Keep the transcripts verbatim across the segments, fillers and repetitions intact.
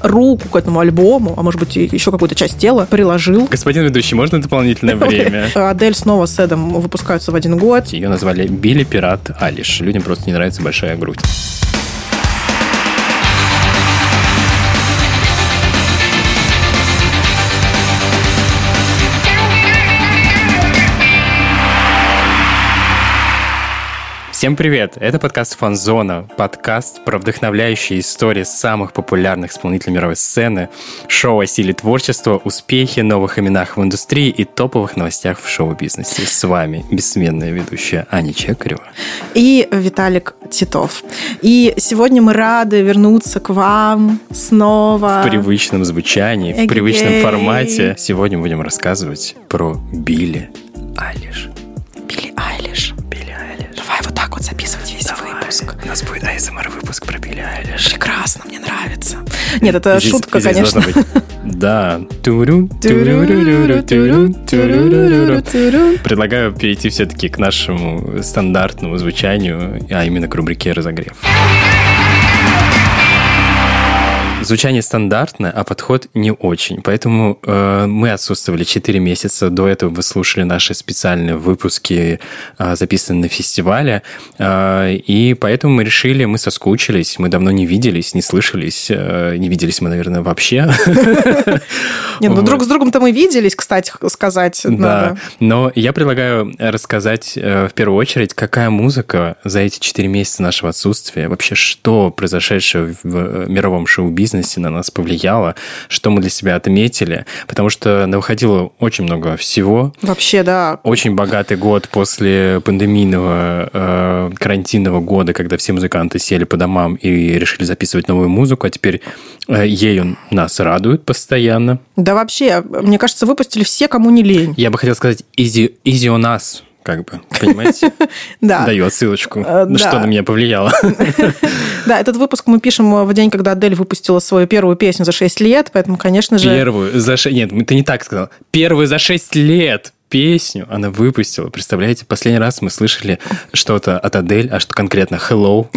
руку к этому альбому, а может быть, еще какую-то часть тела приложил. Господин ведущий, можно дополнительное время? Адель снова с Эдом выпускаются в один год. Ее назвали Билли Пират Алиш. Людям просто не нравится большая грудь. Всем привет! Это подкаст «Фан-зона», подкаст про вдохновляющие истории самых популярных исполнителей мировой сцены, шоу о силе творчества, успехе, новых именах в индустрии и топовых новостях в шоу-бизнесе. С вами бессменная ведущая Аня Чекарева и Виталик Титов. И сегодня мы рады вернуться к вам снова. В привычном звучании, в привычном формате. Сегодня будем рассказывать про Билли Айлиш. Билли Айлиш. Билли Айлиш. Давай вот так вот записывать весь Давай. выпуск. У нас будет эй эс эм ар-выпуск про Билли Айлиш. Прекрасно, мне нравится. Нет, это здесь, шутка, здесь конечно. Быть, да. Предлагаю перейти все-таки к нашему стандартному звучанию, а именно к рубрике «Разогрев». Звучание стандартное, а подход не очень. Поэтому э, мы отсутствовали четыре месяца. До этого вы слушали наши специальные выпуски, э, записанные на фестивале. Э, и поэтому мы решили, мы соскучились, мы давно не виделись, не слышались. Э, не виделись мы, наверное, вообще. Нет, ну друг с другом-то мы виделись, кстати, сказать надо. Да, но я предлагаю рассказать в первую очередь, какая музыка за эти четыре месяца нашего отсутствия, вообще что произошедшее в мировом шоу-бизнесе на нас повлияло, что мы для себя отметили, потому что выходило очень много всего. Вообще, да. Очень богатый год после пандемийного э, карантинного года, когда все музыканты сели по домам и решили записывать новую музыку, а теперь э, ею нас радуют постоянно. Да вообще, мне кажется, выпустили все, кому не лень. Я бы хотел сказать easy, easy on us. Как бы, понимаете? Да. Даю отсылочку, Uh, на да. что на меня повлияло. Да, этот выпуск мы пишем в день, когда Адель выпустила свою первую песню за шесть лет, поэтому, конечно же... Первую за шесть... Нет, ты не так сказал. Первую за шесть лет песню она выпустила. Представляете, последний раз мы слышали что-то от Адель, а что конкретно Hello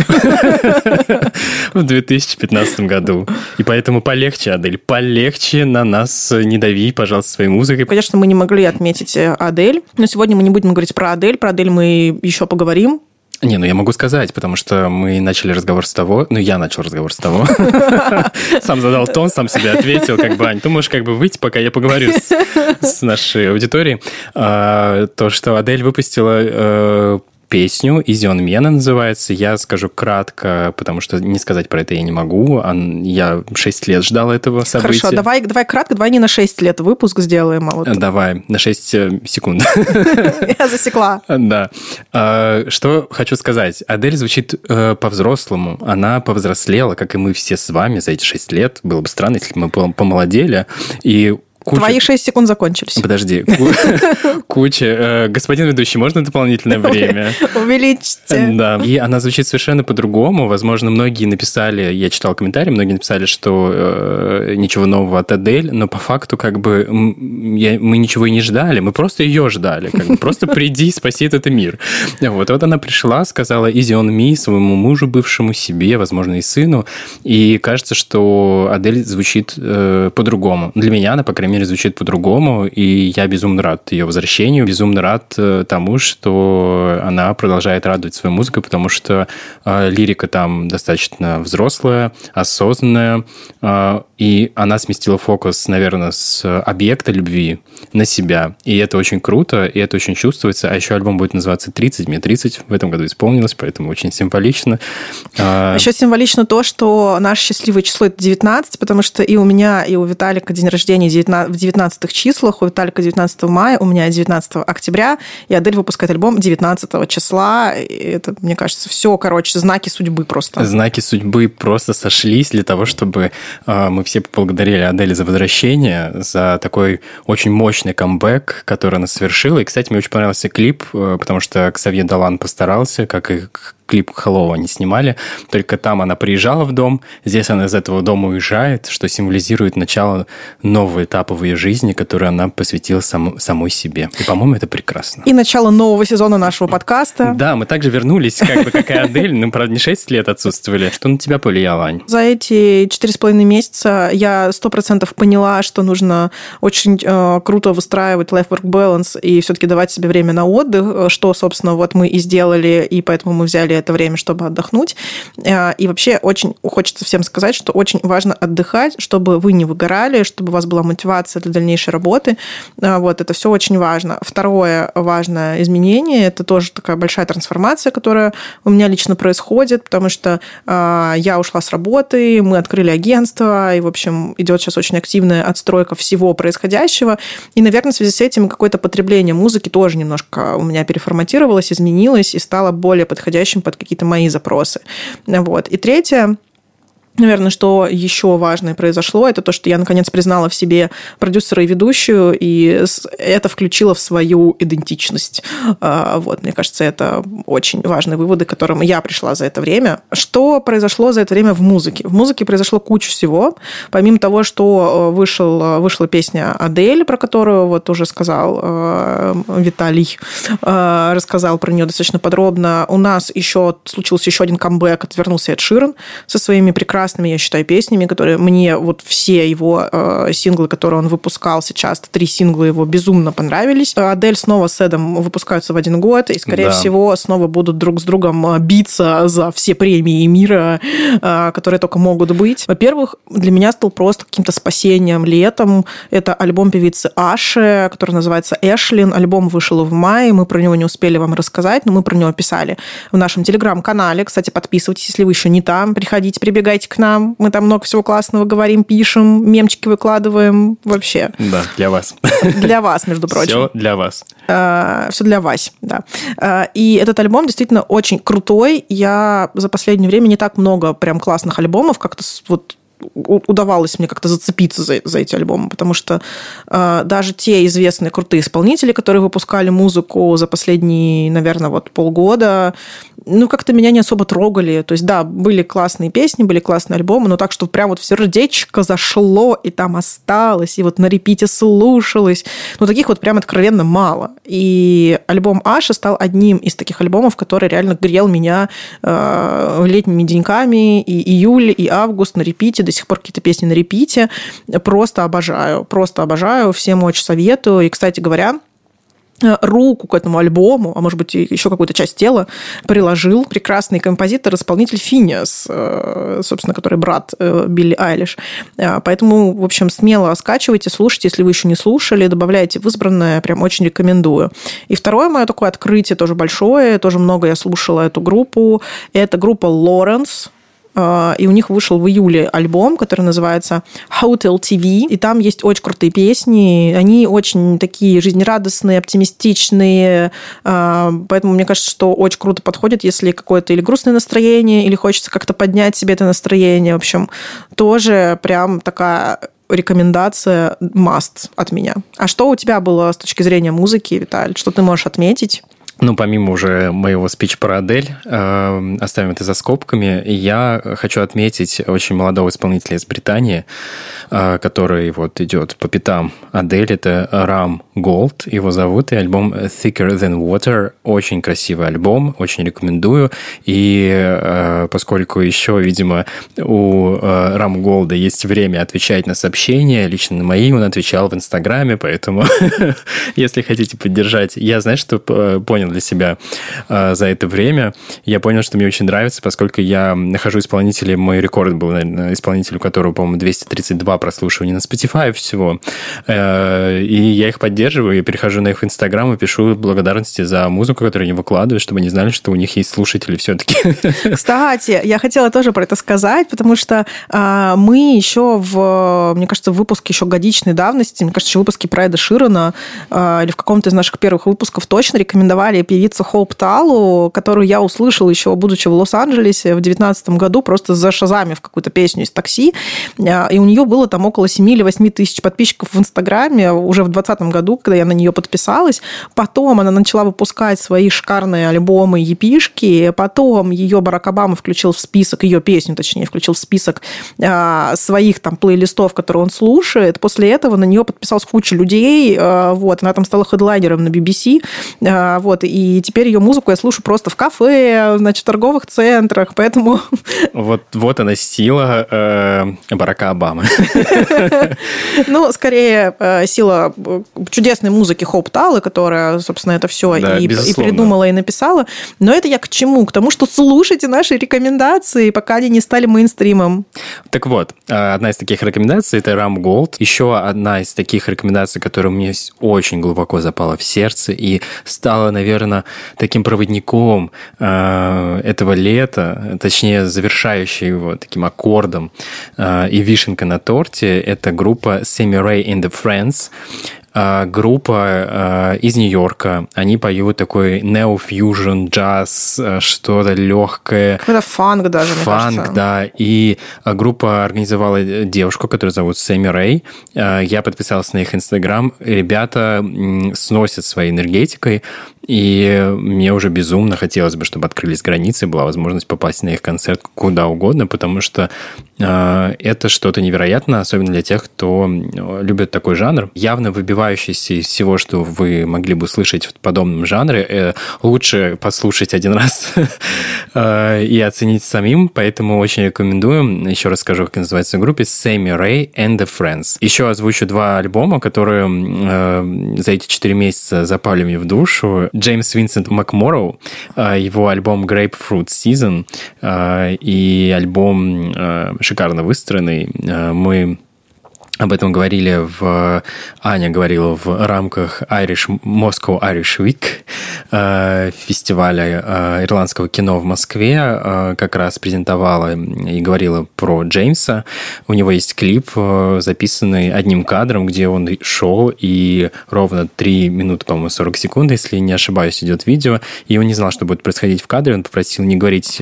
в две тысячи пятнадцатом году. И поэтому полегче, Адель, полегче, на нас не дави, пожалуйста, своей музыкой. Конечно, мы не могли отметить Адель, но сегодня мы не будем говорить про Адель, про Адель мы еще поговорим. Не, ну я могу сказать, потому что мы начали разговор с того, ну я начал разговор с того, сам задал тон, сам себе ответил, как бы, Ань, ты можешь как бы выйти, пока я поговорю с, с нашей аудиторией, а, то, что Адель выпустила а, песню «Easy on Me» она называется. Я скажу кратко, потому что не сказать про это я не могу. Я шесть лет ждал этого события. Хорошо, давай, давай кратко, давай не на шесть лет выпуск сделаем. А вот... Давай, на шесть секунд. Я засекла. Да. Что хочу сказать. Адель звучит по-взрослому. Она повзрослела, как и мы все с вами за эти шесть лет. Было бы странно, если бы мы помолодели. И Куча... Твои шесть секунд закончились. Подожди. Куча. Господин ведущий, можно дополнительное время? Увеличьте. Да. И она звучит совершенно по-другому. Возможно, многие написали, я читал комментарии, многие написали, что э, ничего нового от Адель, но по факту как бы я, мы ничего и не ждали, мы просто ее ждали. Как бы, просто приди, спаси этот мир. Вот. Вот она пришла, сказала easy on me своему мужу, бывшему, себе, возможно, и сыну. И кажется, что Адель звучит э, по-другому. Для меня она, по крайней мере, звучит по-другому, и я безумно рад ее возвращению, безумно рад тому, что она продолжает радовать своей музыкой, потому что э, лирика там достаточно взрослая, осознанная, э, и она сместила фокус, наверное, с объекта любви на себя, и это очень круто, и это очень чувствуется, а еще альбом будет называться тридцать, мне тридцать в этом году исполнилось, поэтому очень символично. Э, еще символично то, что наше счастливое число – это девятнадцать, потому что и у меня, и у Виталика день рождения девятнадцать в девятнадцатых числах, у Виталика девятнадцатого мая, у меня девятнадцатого октября, и Адель выпускает альбом девятнадцатого числа. И это, мне кажется, все, короче, знаки судьбы просто. Знаки судьбы просто сошлись для того, чтобы э, мы все поблагодарили Адель за возвращение, за такой очень мощный камбэк, который она совершила. И, кстати, мне очень понравился клип, э, потому что Ксавье Долан постарался, как и клип Hello они снимали, только там она приезжала в дом, здесь она из этого дома уезжает, что символизирует начало нового этапа в ее жизни, который она посвятила сам, самой себе. И, по-моему, это прекрасно. И начало нового сезона нашего подкаста. Да, мы также вернулись, как бы, как и Адель, но, правда, не шесть лет отсутствовали. Что на тебя повлияло, Ань? За эти четыре с половиной месяца я сто процентов поняла, что нужно очень э, круто выстраивать life-work balance и все-таки давать себе время на отдых, что, собственно, вот мы и сделали, и поэтому мы взяли это время, чтобы отдохнуть. Э, и вообще очень хочется всем сказать, что очень важно отдыхать, чтобы вы не выгорали, чтобы у вас была мотивация для дальнейшей работы. Э, вот, это все очень важно. Второе важное изменение, это тоже такая большая трансформация, которая у меня лично происходит, потому что э, я ушла с работы, мы открыли агентство, и, в общем, идет сейчас очень активная отстройка всего происходящего. И, наверное, в связи с этим какое-то потребление музыки тоже немножко у меня переформатировалось, изменилось и стало более подходящим под какие-то мои запросы. Вот. И третье, наверное, что еще важное произошло, это то, что я наконец признала в себе продюсера и ведущую, и это включило в свою идентичность. Вот, мне кажется, это очень важные выводы, к которым я пришла за это время. Что произошло за это время в музыке? В музыке произошло куча всего. Помимо того, что вышел, вышла песня Адель, про которую вот уже сказал Виталий, рассказал про нее достаточно подробно. У нас еще случился еще один камбэк, отвернулся Эд Ширан со своими прекрасными, я считаю, песнями, которые мне вот все его э, синглы, которые он выпускал сейчас, три сингла его безумно понравились. Адель снова с Эдом выпускаются в один год, и, скорее да. всего, снова будут друг с другом биться за все премии мира, э, которые только могут быть. Во-первых, для меня стал просто каким-то спасением летом. Это альбом певицы Аши, который называется «Эшлин». Альбом вышел в мае, мы про него не успели вам рассказать, но мы про него писали в нашем телеграм-канале. Кстати, подписывайтесь, если вы еще не там. Приходите, прибегайте к нам. Мы там много всего классного говорим, пишем, мемчики выкладываем. Вообще. Да, для вас. Для вас, между прочим. Все для вас. Все для вас, да. И этот альбом действительно очень крутой. Я за последнее время не так много прям классных альбомов как-то вот удавалось мне как-то зацепиться за, за эти альбомы, потому что э, даже те известные крутые исполнители, которые выпускали музыку за последние, наверное, вот полгода, ну, как-то меня не особо трогали. То есть, да, были классные песни, были классные альбомы, но так, что прям вот в сердечко зашло, и там осталось, и вот на репите слушалось. Ну, таких вот прям откровенно мало. И альбом Аши стал одним из таких альбомов, который реально грел меня э, летними деньками, и июль, и август на репите, до сих пор какие-то песни на репите. Просто обожаю, просто обожаю, всем очень советую. И, кстати говоря, руку к этому альбому, а может быть, еще какую-то часть тела приложил прекрасный композитор, исполнитель Финиас, собственно, который брат Билли Айлиш. Поэтому, в общем, смело скачивайте, слушайте, если вы еще не слушали, добавляйте в избранное, прям очень рекомендую. И второе мое такое открытие, тоже большое, тоже много я слушала эту группу, это группа Lawrence. И у них вышел в июле альбом, который называется Hotel ти ви, и там есть очень крутые песни, они очень такие жизнерадостные, оптимистичные, поэтому мне кажется, что очень круто подходит, если какое-то или грустное настроение, или хочется как-то поднять себе это настроение, в общем, тоже прям такая рекомендация must от меня. А что у тебя было с точки зрения музыки, Виталий? Что ты можешь отметить? Ну, помимо уже моего спича про Адель, э, оставим это за скобками, я хочу отметить очень молодого исполнителя из Британии, э, который вот идет по пятам Адель, это Ram Gold, его зовут, и альбом Thicker Than Water, очень красивый альбом, очень рекомендую, и э, поскольку еще, видимо, у э, Ram Gold есть время отвечать на сообщения, лично на мои он отвечал в Инстаграме, поэтому если хотите поддержать, я, знаешь, что понял для себя э, за это время. Я понял, что мне очень нравится, поскольку я нахожу исполнителей, мой рекорд был, наверное, исполнитель, у которого, по-моему, двести тридцать два прослушивания на Spotify всего. Э, и я их поддерживаю, я перехожу на их Инстаграм и пишу благодарности за музыку, которую они выкладывают, чтобы они знали, что у них есть слушатели все-таки. Кстати, я хотела тоже про это сказать, потому что э, мы еще в, мне кажется, в выпуске еще годичной давности, мне кажется, еще в выпуске про Эда Ширана э, или в каком-то из наших первых выпусков точно рекомендовали певицу Хоуп Талу, которую я услышала еще, будучи в Лос-Анджелесе в девятнадцатом году, просто зашазамив какую-то песню из такси. И у нее было там около семь или восемь тысяч подписчиков в Инстаграме уже в двадцатом году, когда я на нее подписалась. Потом она начала выпускать свои шикарные альбомы, епишки. Потом ее Барак Обама включил в список, ее песню, точнее, включил в список э, своих там плейлистов, которые он слушает. После этого на нее подписалась куча людей. Э, вот, она там стала хедлайнером на би би си. Э, вот, и теперь ее музыку я слушаю просто в кафе, значит, в торговых центрах. Поэтому... Вот, вот она сила э, Барака Обамы. Ну, скорее, сила чудесной музыки Хоуп Талы, которая, собственно, это все да, и, и придумала, и написала. Но это я к чему? К тому, что слушайте наши рекомендации, пока они не стали мейнстримом. Так вот, одна из таких рекомендаций – это Ram Gold. Еще одна из таких рекомендаций, которая мне очень глубоко запала в сердце и стала, наверное, таким проводником этого лета, точнее, завершающей его таким аккордом и вишенкой на торте – это группа Sammy Rae and the Friends. Группа из Нью-Йорка. Они поют такой нео-фьюжн, джаз, что-то легкое. Какой-то фанк даже, мне Фанк, кажется. да. И группа организовала девушку, которую зовут Сэмми Рэй. Я подписался на их Инстаграм. Ребята сносят своей энергетикой. И мне уже безумно хотелось бы, чтобы открылись границы, была возможность попасть на их концерт куда угодно, потому что э, это что-то невероятное, особенно для тех, кто любит такой жанр. Явно выбивающийся из всего, что вы могли бы услышать в подобном жанре, э, лучше послушать один раз э, и оценить самим, поэтому очень рекомендую. Еще раз скажу, как называется группа Sammy Rae and the Friends. Еще озвучу два альбома, которые э, за эти четыре месяца запали мне в душу. Джеймс Винсент Макморроу, его альбом Grapefruit Season и альбом шикарно выстроенный. Мы об этом говорили в... Аня говорила в рамках Irish, Moscow Irish Week, фестиваля ирландского кино в Москве, как раз презентовала и говорила про Джеймса. У него есть клип, записанный одним кадром, где он шел, и ровно три минуты, по-моему, сорок секунд, если не ошибаюсь, идет видео, и он не знал, что будет происходить в кадре, он попросил не говорить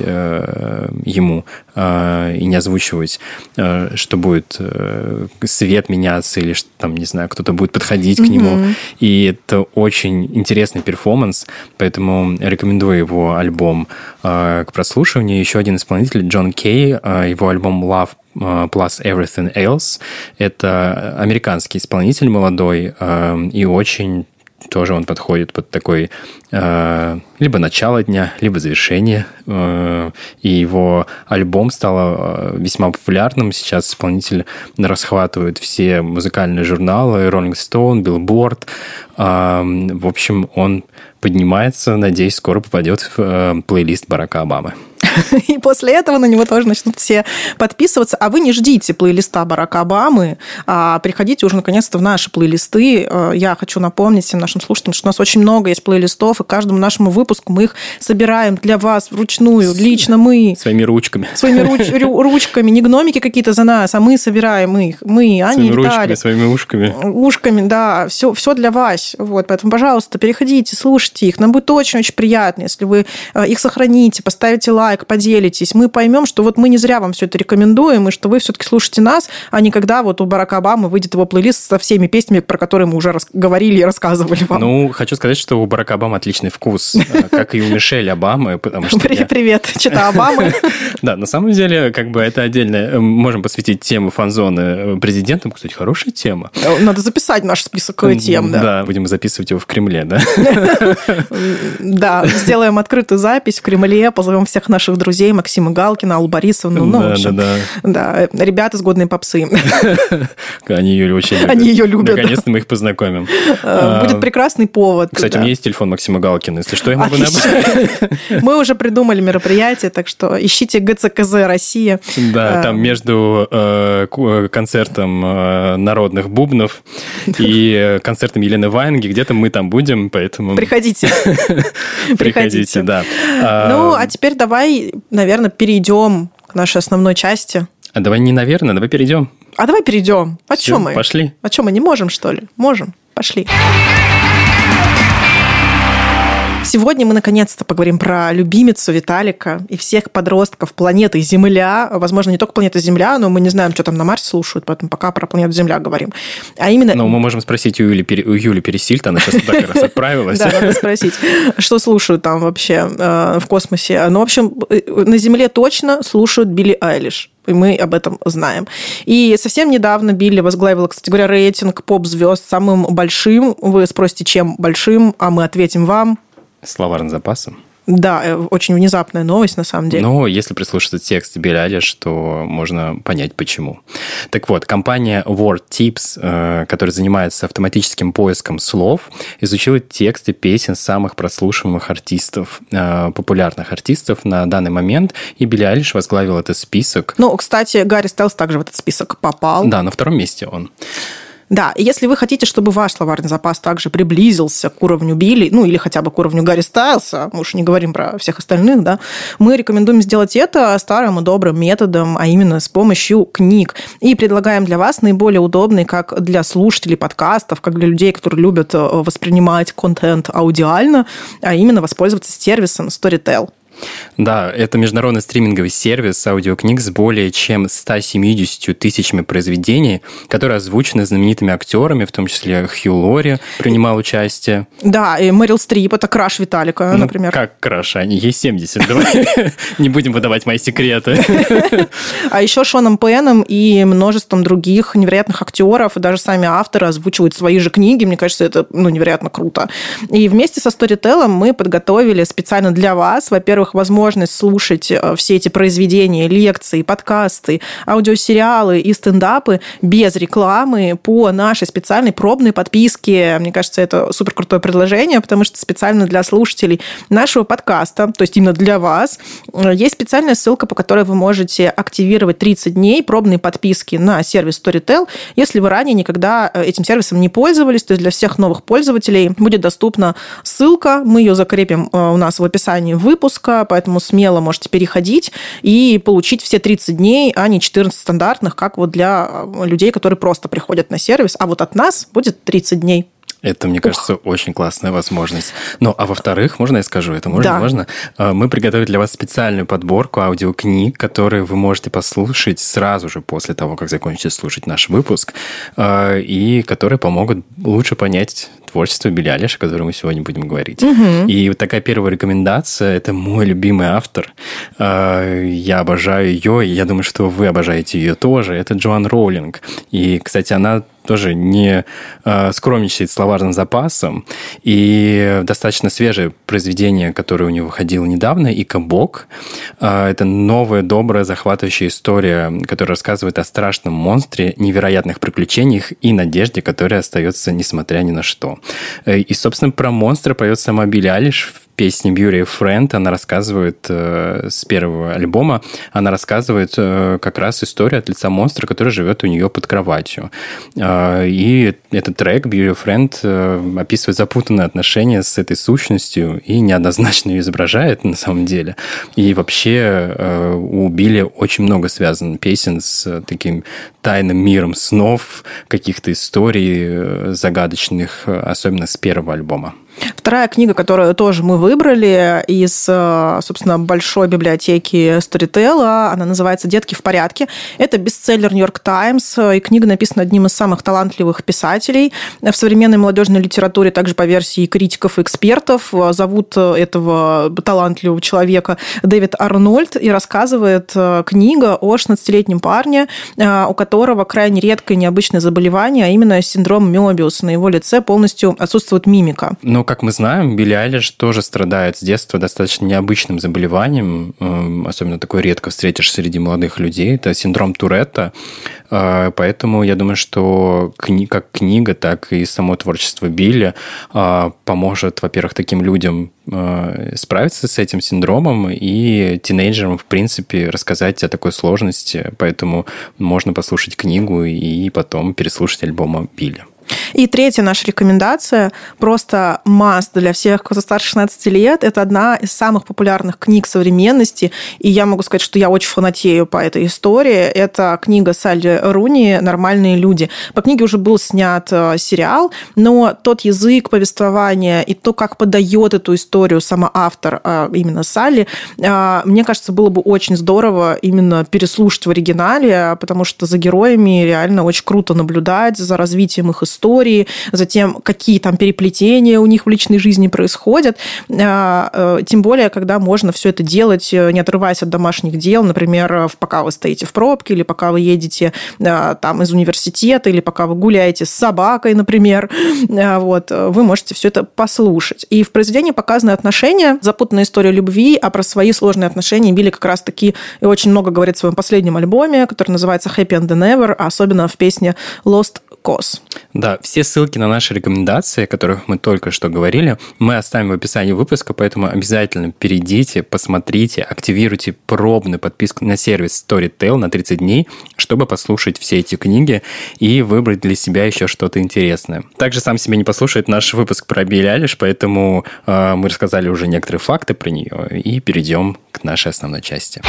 ему и не озвучивать, что будет свет меняться или что там, не знаю, кто-то будет подходить mm-hmm. к нему. И это очень интересный перформанс, поэтому рекомендую его альбом э, к прослушиванию. Еще один исполнитель, Джон Кей, э, его альбом Love Plus Everything Else. Это американский исполнитель молодой э, и очень тоже он подходит под такой э, либо начало дня, либо завершение. Э, и его альбом стал весьма популярным. Сейчас исполнитель расхватывает все музыкальные журналы, Rolling Stone, Billboard. Э, в общем, он поднимается, надеюсь, скоро попадет в э, плейлист Барака Обамы. И после этого на него тоже начнут все подписываться. А вы не ждите плейлиста Барака Обамы, а приходите уже наконец-то в наши плейлисты. Я хочу напомнить всем нашим слушателям, что у нас очень много есть плейлистов, и каждому нашему выпуску мы их собираем для вас вручную, лично мы. Своими ручками. Своими руч, ручками, не гномики какие-то за нас, а мы собираем их. Мы, Аня и Виталий. Своими ручками, своими ушками. Ушками, да. Все, все для вас. Вот, поэтому, пожалуйста, переходите, слушайте их. Нам будет очень-очень приятно, если вы их сохраните, поставите лайк, поделитесь, мы поймем, что вот мы не зря вам все это рекомендуем, и что вы все-таки слушаете нас, а не когда вот у Барака Обамы выйдет его плейлист со всеми песнями, про которые мы уже говорили и рассказывали вам. Ну, хочу сказать, что у Барака Обамы отличный вкус, как и у Мишель Обамы, потому что... Привет, чита Обамы. Да, на самом деле, как бы это отдельно, можем посвятить тему фан-зоны президентам, кстати, хорошая тема. Надо записать наш список тем, да. Да, будем записывать его в Кремле, да? Да, сделаем открытую запись в Кремле, позовем всех наших друзей, Максима Галкина, Аллу Борисовну, ну, да, в общем, да, да. да, ребята с годной попсы. Они ее очень любят. Они ее любят. Наконец-то мы их познакомим. Будет прекрасный повод. Кстати, да. у меня есть телефон Максима Галкина, если что, я могу набрать. Мы уже придумали мероприятие, так что ищите ГЦКЗ «Россия». Да, там между э, концертом э, народных бубнов и концертом Елены Ваенги, где-то мы там будем, поэтому... Приходите. Приходите, да. Ну, а теперь давай, наверное, перейдем к нашей основной части. А давай не наверное, давай перейдем. А давай перейдем. О Все, чем мы? Пошли. О чем мы не можем, что ли? Можем. Пошли. Сегодня мы наконец-то поговорим про любимицу Виталика и всех подростков планеты Земля. Возможно, не только планета Земля, но мы не знаем, что там на Марсе слушают, поэтому пока про планету Земля говорим. А именно... Ну, мы можем спросить у Юли, у Юли Пересильд, она сейчас туда как раз отправилась. Да, надо спросить, что слушают там вообще в космосе. Ну, в общем, на Земле точно слушают Билли Айлиш. И мы об этом знаем. И совсем недавно Билли возглавила, кстати говоря, рейтинг поп-звезд самым большим. Вы спросите, чем большим, а мы ответим вам. Словарным запасом. Да, очень внезапная новость, на самом деле. Но если прислушаться к тексту Билли Айлиш, то можно понять, почему. Так вот, компания Word Tips, которая занимается автоматическим поиском слов, изучила тексты песен самых прослушиваемых артистов, популярных артистов на данный момент, и Билли Айлиш возглавил этот список. Ну, кстати, Гарри Стайлс также в этот список попал. Да, на втором месте он. Да, и если вы хотите, чтобы ваш словарный запас также приблизился к уровню Билли, ну или хотя бы к уровню Гарри Стайлса, мы уж не говорим про всех остальных, да, мы рекомендуем сделать это старым и добрым методом, а именно с помощью книг. И предлагаем для вас наиболее удобный как для слушателей подкастов, как для людей, которые любят воспринимать контент аудиально, а именно воспользоваться сервисом Storytel. Да, это международный стриминговый сервис аудиокниг с более чем ста семьюдесятью тысячами произведений, которые озвучены знаменитыми актерами, в том числе Хью Лори принимал участие. Да, и Мэрил Стрип, это краш Виталика, ну, например. Как краш, они ей семьдесят, давай не будем выдавать мои секреты. А еще Шоном Пеном и множеством других невероятных актеров, и даже сами авторы озвучивают свои же книги, мне кажется, это ну, невероятно круто. И вместе со Storytel мы подготовили специально для вас, во-первых, возможность слушать все эти произведения, лекции, подкасты, аудиосериалы и стендапы без рекламы по нашей специальной пробной подписке. Мне кажется, это супер крутое предложение, потому что специально для слушателей нашего подкаста, то есть именно для вас, есть специальная ссылка, по которой вы можете активировать тридцать дней пробной подписки на сервис Storytel, если вы ранее никогда этим сервисом не пользовались. То есть для всех новых пользователей будет доступна ссылка, мы ее закрепим у нас в описании выпуска, поэтому смело можете переходить и получить все тридцать дней, а не четырнадцать стандартных, как вот для людей, которые просто приходят на сервис. А вот от нас будет тридцать дней. Это, мне кажется, Ух. очень классная возможность. Ну, а во-вторых, можно я скажу? Это можно? Да. Можно? Мы приготовили для вас специальную подборку аудиокниг, которые вы можете послушать сразу же после того, как закончите слушать наш выпуск, и которые помогут лучше понять творчество Билли Айлиш, о котором мы сегодня будем говорить. Угу. И вот такая первая рекомендация – это мой любимый автор. Я обожаю ее, и я думаю, что вы обожаете ее тоже. Это Джоан Роулинг. И, кстати, она тоже не э, скромничает словарным запасом. И достаточно свежее произведение, которое у него выходило недавно, «Икабок». Э, это новая, добрая, захватывающая история, которая рассказывает о страшном монстре, невероятных приключениях и надежде, которая остается несмотря ни на что. Э, и, собственно, про монстра поет сама Билли Айлиш в песне «Beauty of Friend». Она рассказывает э, с первого альбома, она рассказывает э, как раз историю от лица монстра, который живет у нее под кроватью. И этот трек «Beauty of Friend» описывает запутанные отношения с этой сущностью и неоднозначно ее изображает на самом деле. И вообще у Билли очень много связано песен с таким тайным миром снов, каких-то историй загадочных, особенно с первого альбома. Вторая книга, которую тоже мы выбрали из, собственно, большой библиотеки Storytel, она называется «Детки в порядке». Это бестселлер «Нью-Йорк Таймс», и книга написана одним из самых талантливых писателей в современной молодежной литературе, также по версии критиков и экспертов. Зовут этого талантливого человека Дэвид Арнольд, и рассказывает книга о шестнадцатилетнем парне, у которого крайне редкое необычное заболевание, а именно синдром Мёбиуса. На его лице полностью отсутствует мимика. Но, как мы знаем, Билли Айлиш тоже страдает с детства достаточно необычным заболеванием, особенно такое редко встретишь среди молодых людей, это синдром Туретта, поэтому я думаю, что как книга, так и само творчество Билли поможет, во-первых, таким людям справиться с этим синдромом и тинейджерам, в принципе, рассказать о такой сложности, поэтому можно послушать книгу и потом переслушать альбом Билли. И третья наша рекомендация, просто must для всех, кто старше шестнадцати лет, это одна из самых популярных книг современности, и я могу сказать, что я очень фанатею по этой истории. Это книга Салли Руни «Нормальные люди». По книге уже был снят сериал, но тот язык повествования и то, как подает эту историю сама автор, именно Салли, мне кажется, было бы очень здорово именно переслушать в оригинале, потому что за героями реально очень круто наблюдать, за развитием их истории, за тем, какие там переплетения у них в личной жизни происходят. Тем более, когда можно все это делать, не отрываясь от домашних дел, например, пока вы стоите в пробке, или пока вы едете там из университета, или пока вы гуляете с собакой, например. Вот, вы можете все это послушать. И в произведении показаны отношения, запутанная история любви, а про свои сложные отношения Билли как раз-таки и очень много говорит в своем последнем альбоме, который называется Happy and Never, а особенно в песне Lost Cause. Да, все ссылки на наши рекомендации, о которых мы только что говорили, мы оставим в описании выпуска, поэтому обязательно перейдите, посмотрите, активируйте пробную подписку на сервис Storytel на тридцать дней, чтобы послушать все эти книги и выбрать для себя еще что-то интересное. Также сам себе не послушает наш выпуск про Билли Айлиш, поэтому э, мы рассказали уже некоторые факты про нее и перейдем к нашей основной части.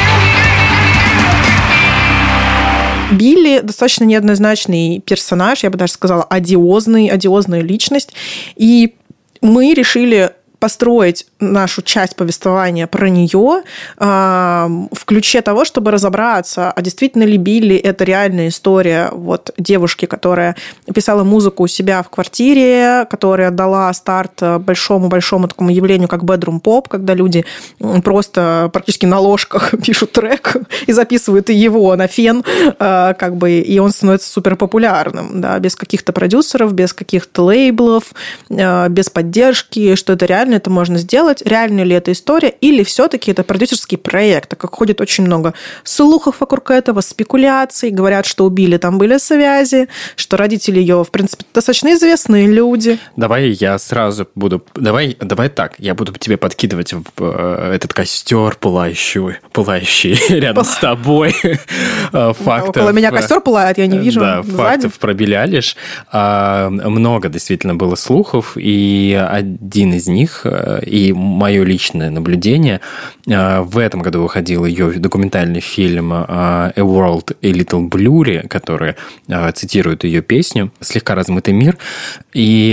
Билли достаточно неоднозначный персонаж, я бы даже сказала, одиозный, одиозная личность. И мы решили построить нашу часть повествования про нее э, в ключе того, чтобы разобраться, а действительно ли Билли – это реальная история вот, девушки, которая писала музыку у себя в квартире, которая отдала старт большому-большому такому явлению, как bedroom pop, когда люди просто практически на ложках пишут трек и записывают его на фен, э, как бы, и он становится суперпопулярным, да, без каких-то продюсеров, без каких-то лейблов, э, без поддержки, что это реально это можно сделать, реальная ли это история, или все-таки это продюсерский проект, так как ходит очень много слухов вокруг этого, спекуляций, говорят, что у Билли там были связи, что родители ее, в принципе, достаточно известные люди. Давай я сразу буду... Давай, давай так, я буду тебе подкидывать в этот костер пылающий, пылающий рядом с тобой фактов. Около меня костер пылает, я не вижу. Да, фактов про Билли Айлиш. Много действительно было слухов, и один из них и мое личное наблюдение. В этом году выходил ее документальный фильм «A World a Little Blurry», который цитирует ее песню «Слегка размытый мир». И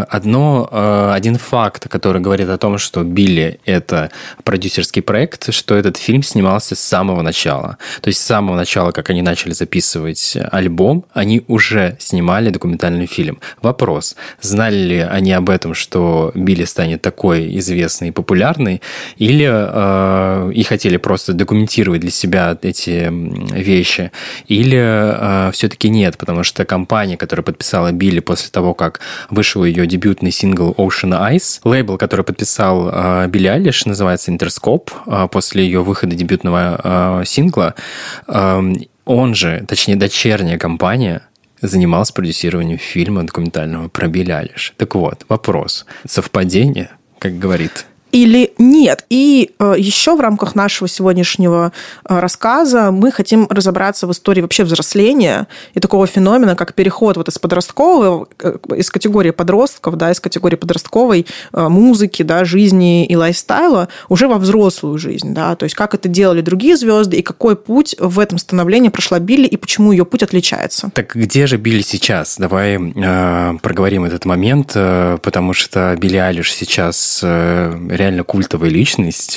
одно, один факт, который говорит о том, что Билли – это продюсерский проект, что этот фильм снимался с самого начала. То есть с самого начала, как они начали записывать альбом, они уже снимали документальный фильм. Вопрос, знали ли они об этом, что Билли станет такой известный и популярный, или э, и хотели просто документировать для себя эти вещи, или э, все-таки нет, потому что компания, которая подписала Билли после того, как вышел ее дебютный сингл Ocean Eyes, лейбл, который подписал э, Билли Айлиш, называется Interscope, э, после ее выхода дебютного э, сингла, э, он же, точнее, дочерняя компания, занималась продюсированием фильма документального про Билли Айлиш. Так вот, вопрос. Совпадение, как говорит или нет. И э, еще в рамках нашего сегодняшнего э, рассказа мы хотим разобраться в истории вообще взросления и такого феномена, как переход вот из подросткового, э, из категории подростков, да, из категории подростковой э, музыки, да, жизни и лайфстайла уже во взрослую жизнь. Да, то есть как это делали другие звезды и какой путь в этом становлении прошла Билли и почему ее путь отличается. Так где же Билли сейчас? Давай э, проговорим этот момент, э, потому что Билли Айлиш сейчас э, реально культовая личность.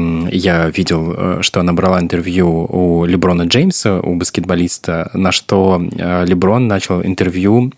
Я видел, что она брала интервью у Леброна Джеймса, у баскетболиста, на что Леброн начал интервью,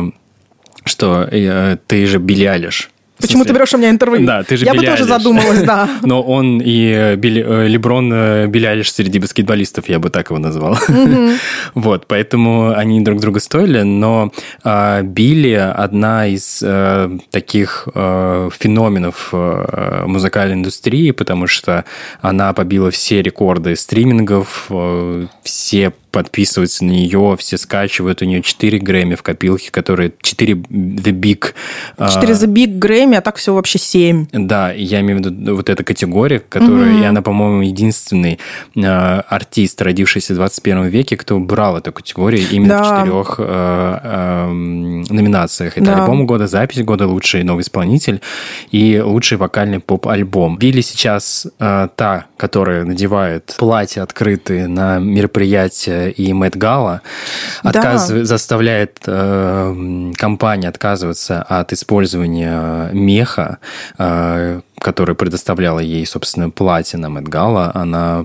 что ты же Билли Айлиш. Почему ты берешь у меня интервью? Да, ты же Я Билли бы тоже Айлиш. задумалась, да. Но он и Билли, Леброн Билли Айлиш среди баскетболистов, я бы так его назвал. Mm-hmm. Вот, поэтому они друг друга стоили, но э, Билли одна из э, таких э, феноменов э, музыкальной индустрии, потому что она побила все рекорды стримингов, э, все подписываются на нее, все скачивают. У нее четыре Грэмми в копилке, которые четыре The Big. четыре The Big Грэмми, а так всего вообще семь. Да, я имею в виду вот эта категория, которая, mm-hmm. и она, по-моему, единственный артист, родившийся в двадцать первом веке, кто брал эту категорию именно да. в четырех э, э, номинациях. Это да. альбом года, запись года, лучший новый исполнитель и лучший вокальный поп-альбом. Билли сейчас э, та, которая надевает платья открытые на мероприятия и Мэтт-гала, отказ... да. заставляет э, компании отказываться от использования меха, э, который предоставляла ей, собственно, платье на Мэтт-гала. Она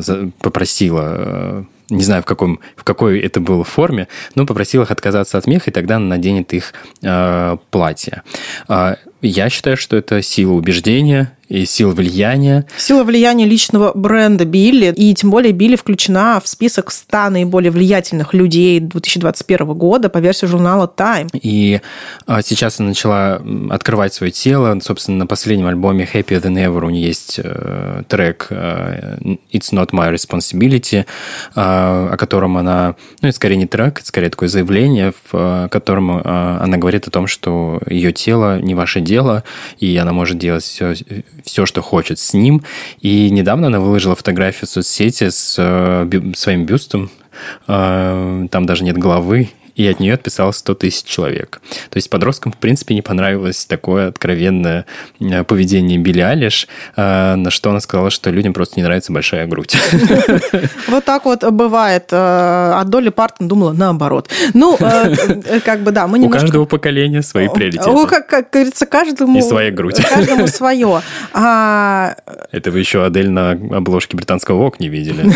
попросила... Не знаю, в, каком, в какой это было форме, но попросил их отказаться от меха, и тогда она наденет их э, платье. Э, я считаю, что это сила убеждения и сила влияния. Сила влияния личного бренда Билли, и тем более Билли включена в список ста наиболее влиятельных людей две тысячи двадцать первого года по версии журнала Time. И э, сейчас она начала открывать свое тело. Собственно, на последнем альбоме Happier Than Ever у нее есть э, трек э, It's Not My Responsibility, э, о котором она, ну, это скорее не трек, это скорее такое заявление, в котором она говорит о том, что ее тело не ваше дело, и она может делать все, все, что хочет с ним. И недавно она выложила фотографию в соцсети с своим бюстом, там даже нет головы, и от нее отписалось сто тысяч человек. То есть подросткам, в принципе, не понравилось такое откровенное поведение Билли Айлиш, на что она сказала, что людям просто не нравится большая грудь. Вот так вот бывает. А Долли Партон думала наоборот. Ну, как бы, да, мы немножко... У каждого поколения свои приоритеты. Как, как говорится, каждому... И своя грудь. Каждому свое. А... Это вы еще Адель на обложке британского Vogue не видели.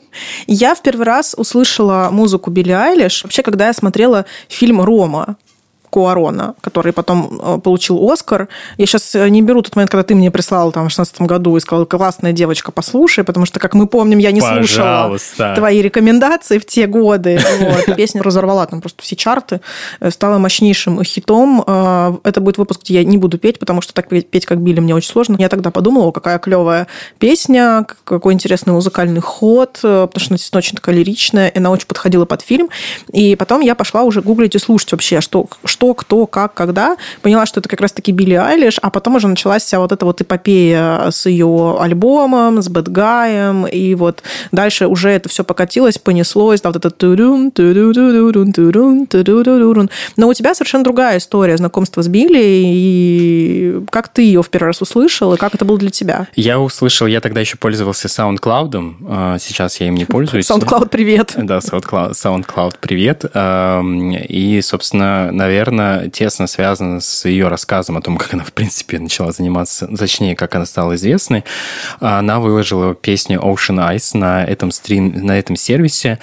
Я в первый раз услышала музыку Билли Айлиш, вообще, когда я смотрела фильм «Рома» Куарона, который потом получил Оскар. Я сейчас не беру тот момент, когда ты мне прислал там в шестнадцатом году и сказал: классная девочка, послушай, потому что, как мы помним, я не Пожалуйста. слушала твои рекомендации в те годы. Вот. Песня разорвала там просто все чарты, стала мощнейшим хитом. Это будет выпуск, где я не буду петь, потому что так петь, как Билли, мне очень сложно. Я тогда подумала, какая клевая песня, какой интересный музыкальный ход, потому что она действительно очень такая лиричная, и она очень подходила под фильм. И потом я пошла уже гуглить и слушать вообще, что что, кто, как, когда. Поняла, что это как раз-таки Билли Айлиш, а потом уже началась вся вот эта вот эпопея с ее альбомом, с Bad Guy'ем, и вот дальше уже это все покатилось, понеслось, да, вот это турун, турун, турун, турун. Но у тебя совершенно другая история знакомства с Билли, и как ты ее в первый раз услышал, и как это было для тебя? Я услышал, я тогда еще пользовался SoundCloud, сейчас я им не пользуюсь. SoundCloud, привет. Да, SoundCloud, SoundCloud, привет. И, собственно, наверное, тесно связано с ее рассказом о том, как она, в принципе, начала заниматься, точнее, как она стала известной. Она выложила песню Ocean Eyes на этом, стрим, на этом сервисе,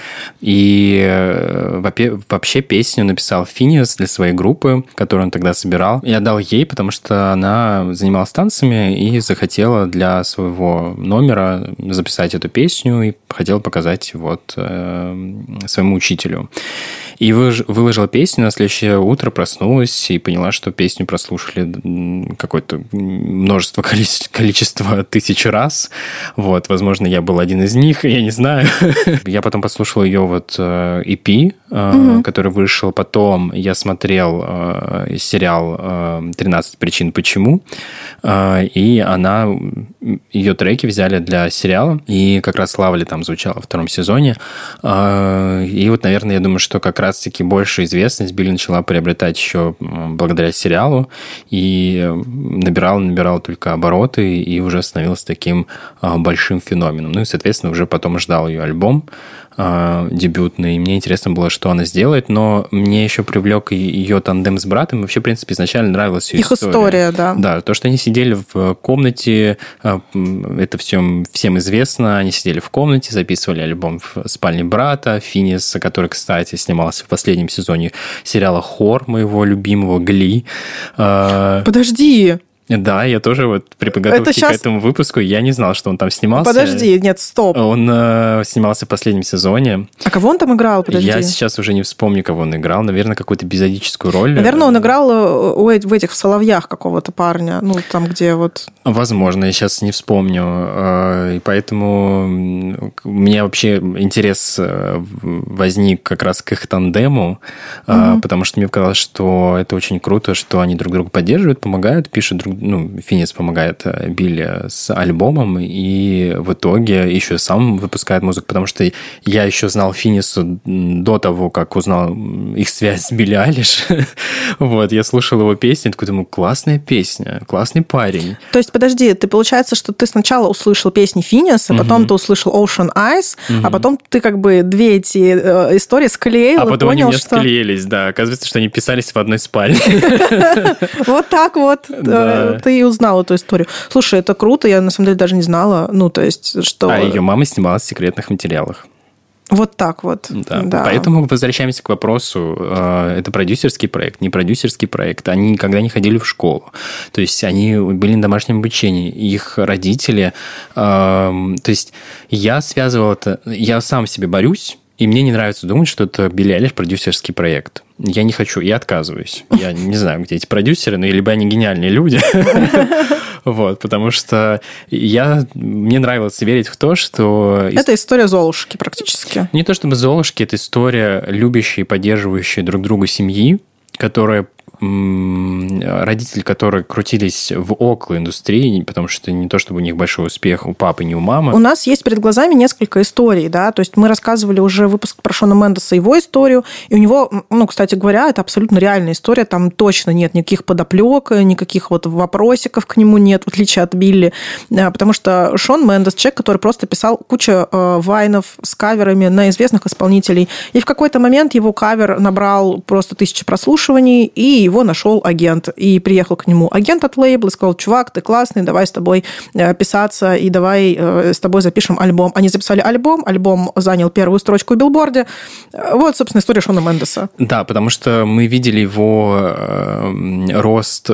и вообще песню написал Финиас для своей группы, которую он тогда собирал. Я дал ей, потому что она занималась танцами и захотела для своего номера записать эту песню и хотела показать вот своему учителю. И выложила песню, на следующее утро проснулась и поняла, что песню прослушали какое-то множество количество, количество тысяч раз. Вот, возможно, я был один из них, я не знаю. Я потом послушал ее вот и пи, mm-hmm. который вышел. Потом я смотрел сериал «тринадцать причин почему», и она, ее треки взяли для сериала, и как раз «Лавли» там звучала во втором сезоне. И вот, наверное, я думаю, что как раз-таки большую известность Билли начала приобретать еще благодаря сериалу, и набирала, набирала только обороты, и уже становилась таким большим феноменом. Ну и, соответственно, уже потом ждал ее альбом дебютный, и мне интересно было, что она сделает, но мне еще привлек ее тандем с братом. Вообще, в принципе, изначально нравилась ее Их история. история, да. Да, то, что они сидели в комнате, это всем, всем известно, они сидели в комнате, записывали альбом в спальне брата, Финиаса, который, кстати, снимался в последнем сезоне сериала «Хор», моего любимого Гли. Подожди, Да, я тоже вот при подготовке сейчас... к этому выпуску, я не знал, что он там снимался. Подожди, нет, стоп. Он э, снимался в последнем сезоне. А кого он там играл? Подожди. Я сейчас уже не вспомню, кого он играл. Наверное, какую-то эпизодическую роль. Наверное, он играл в этих в «Соловьях» какого-то парня. Ну, там, где вот... Возможно, я сейчас не вспомню. И поэтому у меня вообще интерес возник как раз к их тандему, угу. потому что мне показалось, что это очень круто, что они друг друга поддерживают, помогают, пишут друг ну, Финнис помогает Билли с альбомом, и в итоге еще сам выпускает музыку, потому что я еще знал Финнису до того, как узнал их связь с Билли Айлиш. Вот, я слушал его песни, такой думаю, классная песня, классный парень. То есть, подожди, ты, получается, что ты сначала услышал песни Финниса, uh-huh. потом ты услышал Ocean Eyes, uh-huh. а потом ты как бы две эти э, истории склеил а и потом понял, они что... склеились, да. Оказывается, что они писались в одной спальне. Вот так вот ты и узнал эту историю. Слушай, это круто, я на самом деле даже не знала. Ну, то есть, что... А ее мама снималась в «Секретных материалах». Вот так вот. Да. Да. Поэтому возвращаемся к вопросу, это продюсерский проект, не продюсерский проект. Они никогда не ходили в школу. То есть они были на домашнем обучении. Их родители... То есть я связывал это... Я сам себе борюсь, и мне не нравится думать, что это Билли Айлиш продюсерский проект. Я не хочу, я отказываюсь. Я не знаю, где эти продюсеры, но либо они гениальные люди. Вот, потому что я, мне нравилось верить в то, что... Это история Золушки практически. Не то чтобы Золушки, это история любящей и поддерживающей друг друга семьи, которая родители, которые крутились в около-индустрии, потому что не то, чтобы у них большой успех у папы, не у мамы. У нас есть перед глазами несколько историй, да, то есть мы рассказывали уже выпуск про Шона Мендеса, его историю, и у него, ну, кстати говоря, это абсолютно реальная история, там точно нет никаких подоплек, никаких вот вопросиков к нему нет, в отличие от Билли, потому что Шон Мендес, человек, который просто писал кучу вайнов с каверами на известных исполнителей, и в какой-то момент его кавер набрал просто тысячи прослушиваний, и его нашел агент. И приехал к нему агент от лейбла и сказал, чувак, ты классный, давай с тобой писаться, и давай с тобой запишем альбом. Они записали альбом, альбом занял первую строчку в Билборде. Вот, собственно, история Шона Мендеса. Да, потому что мы видели его э, рост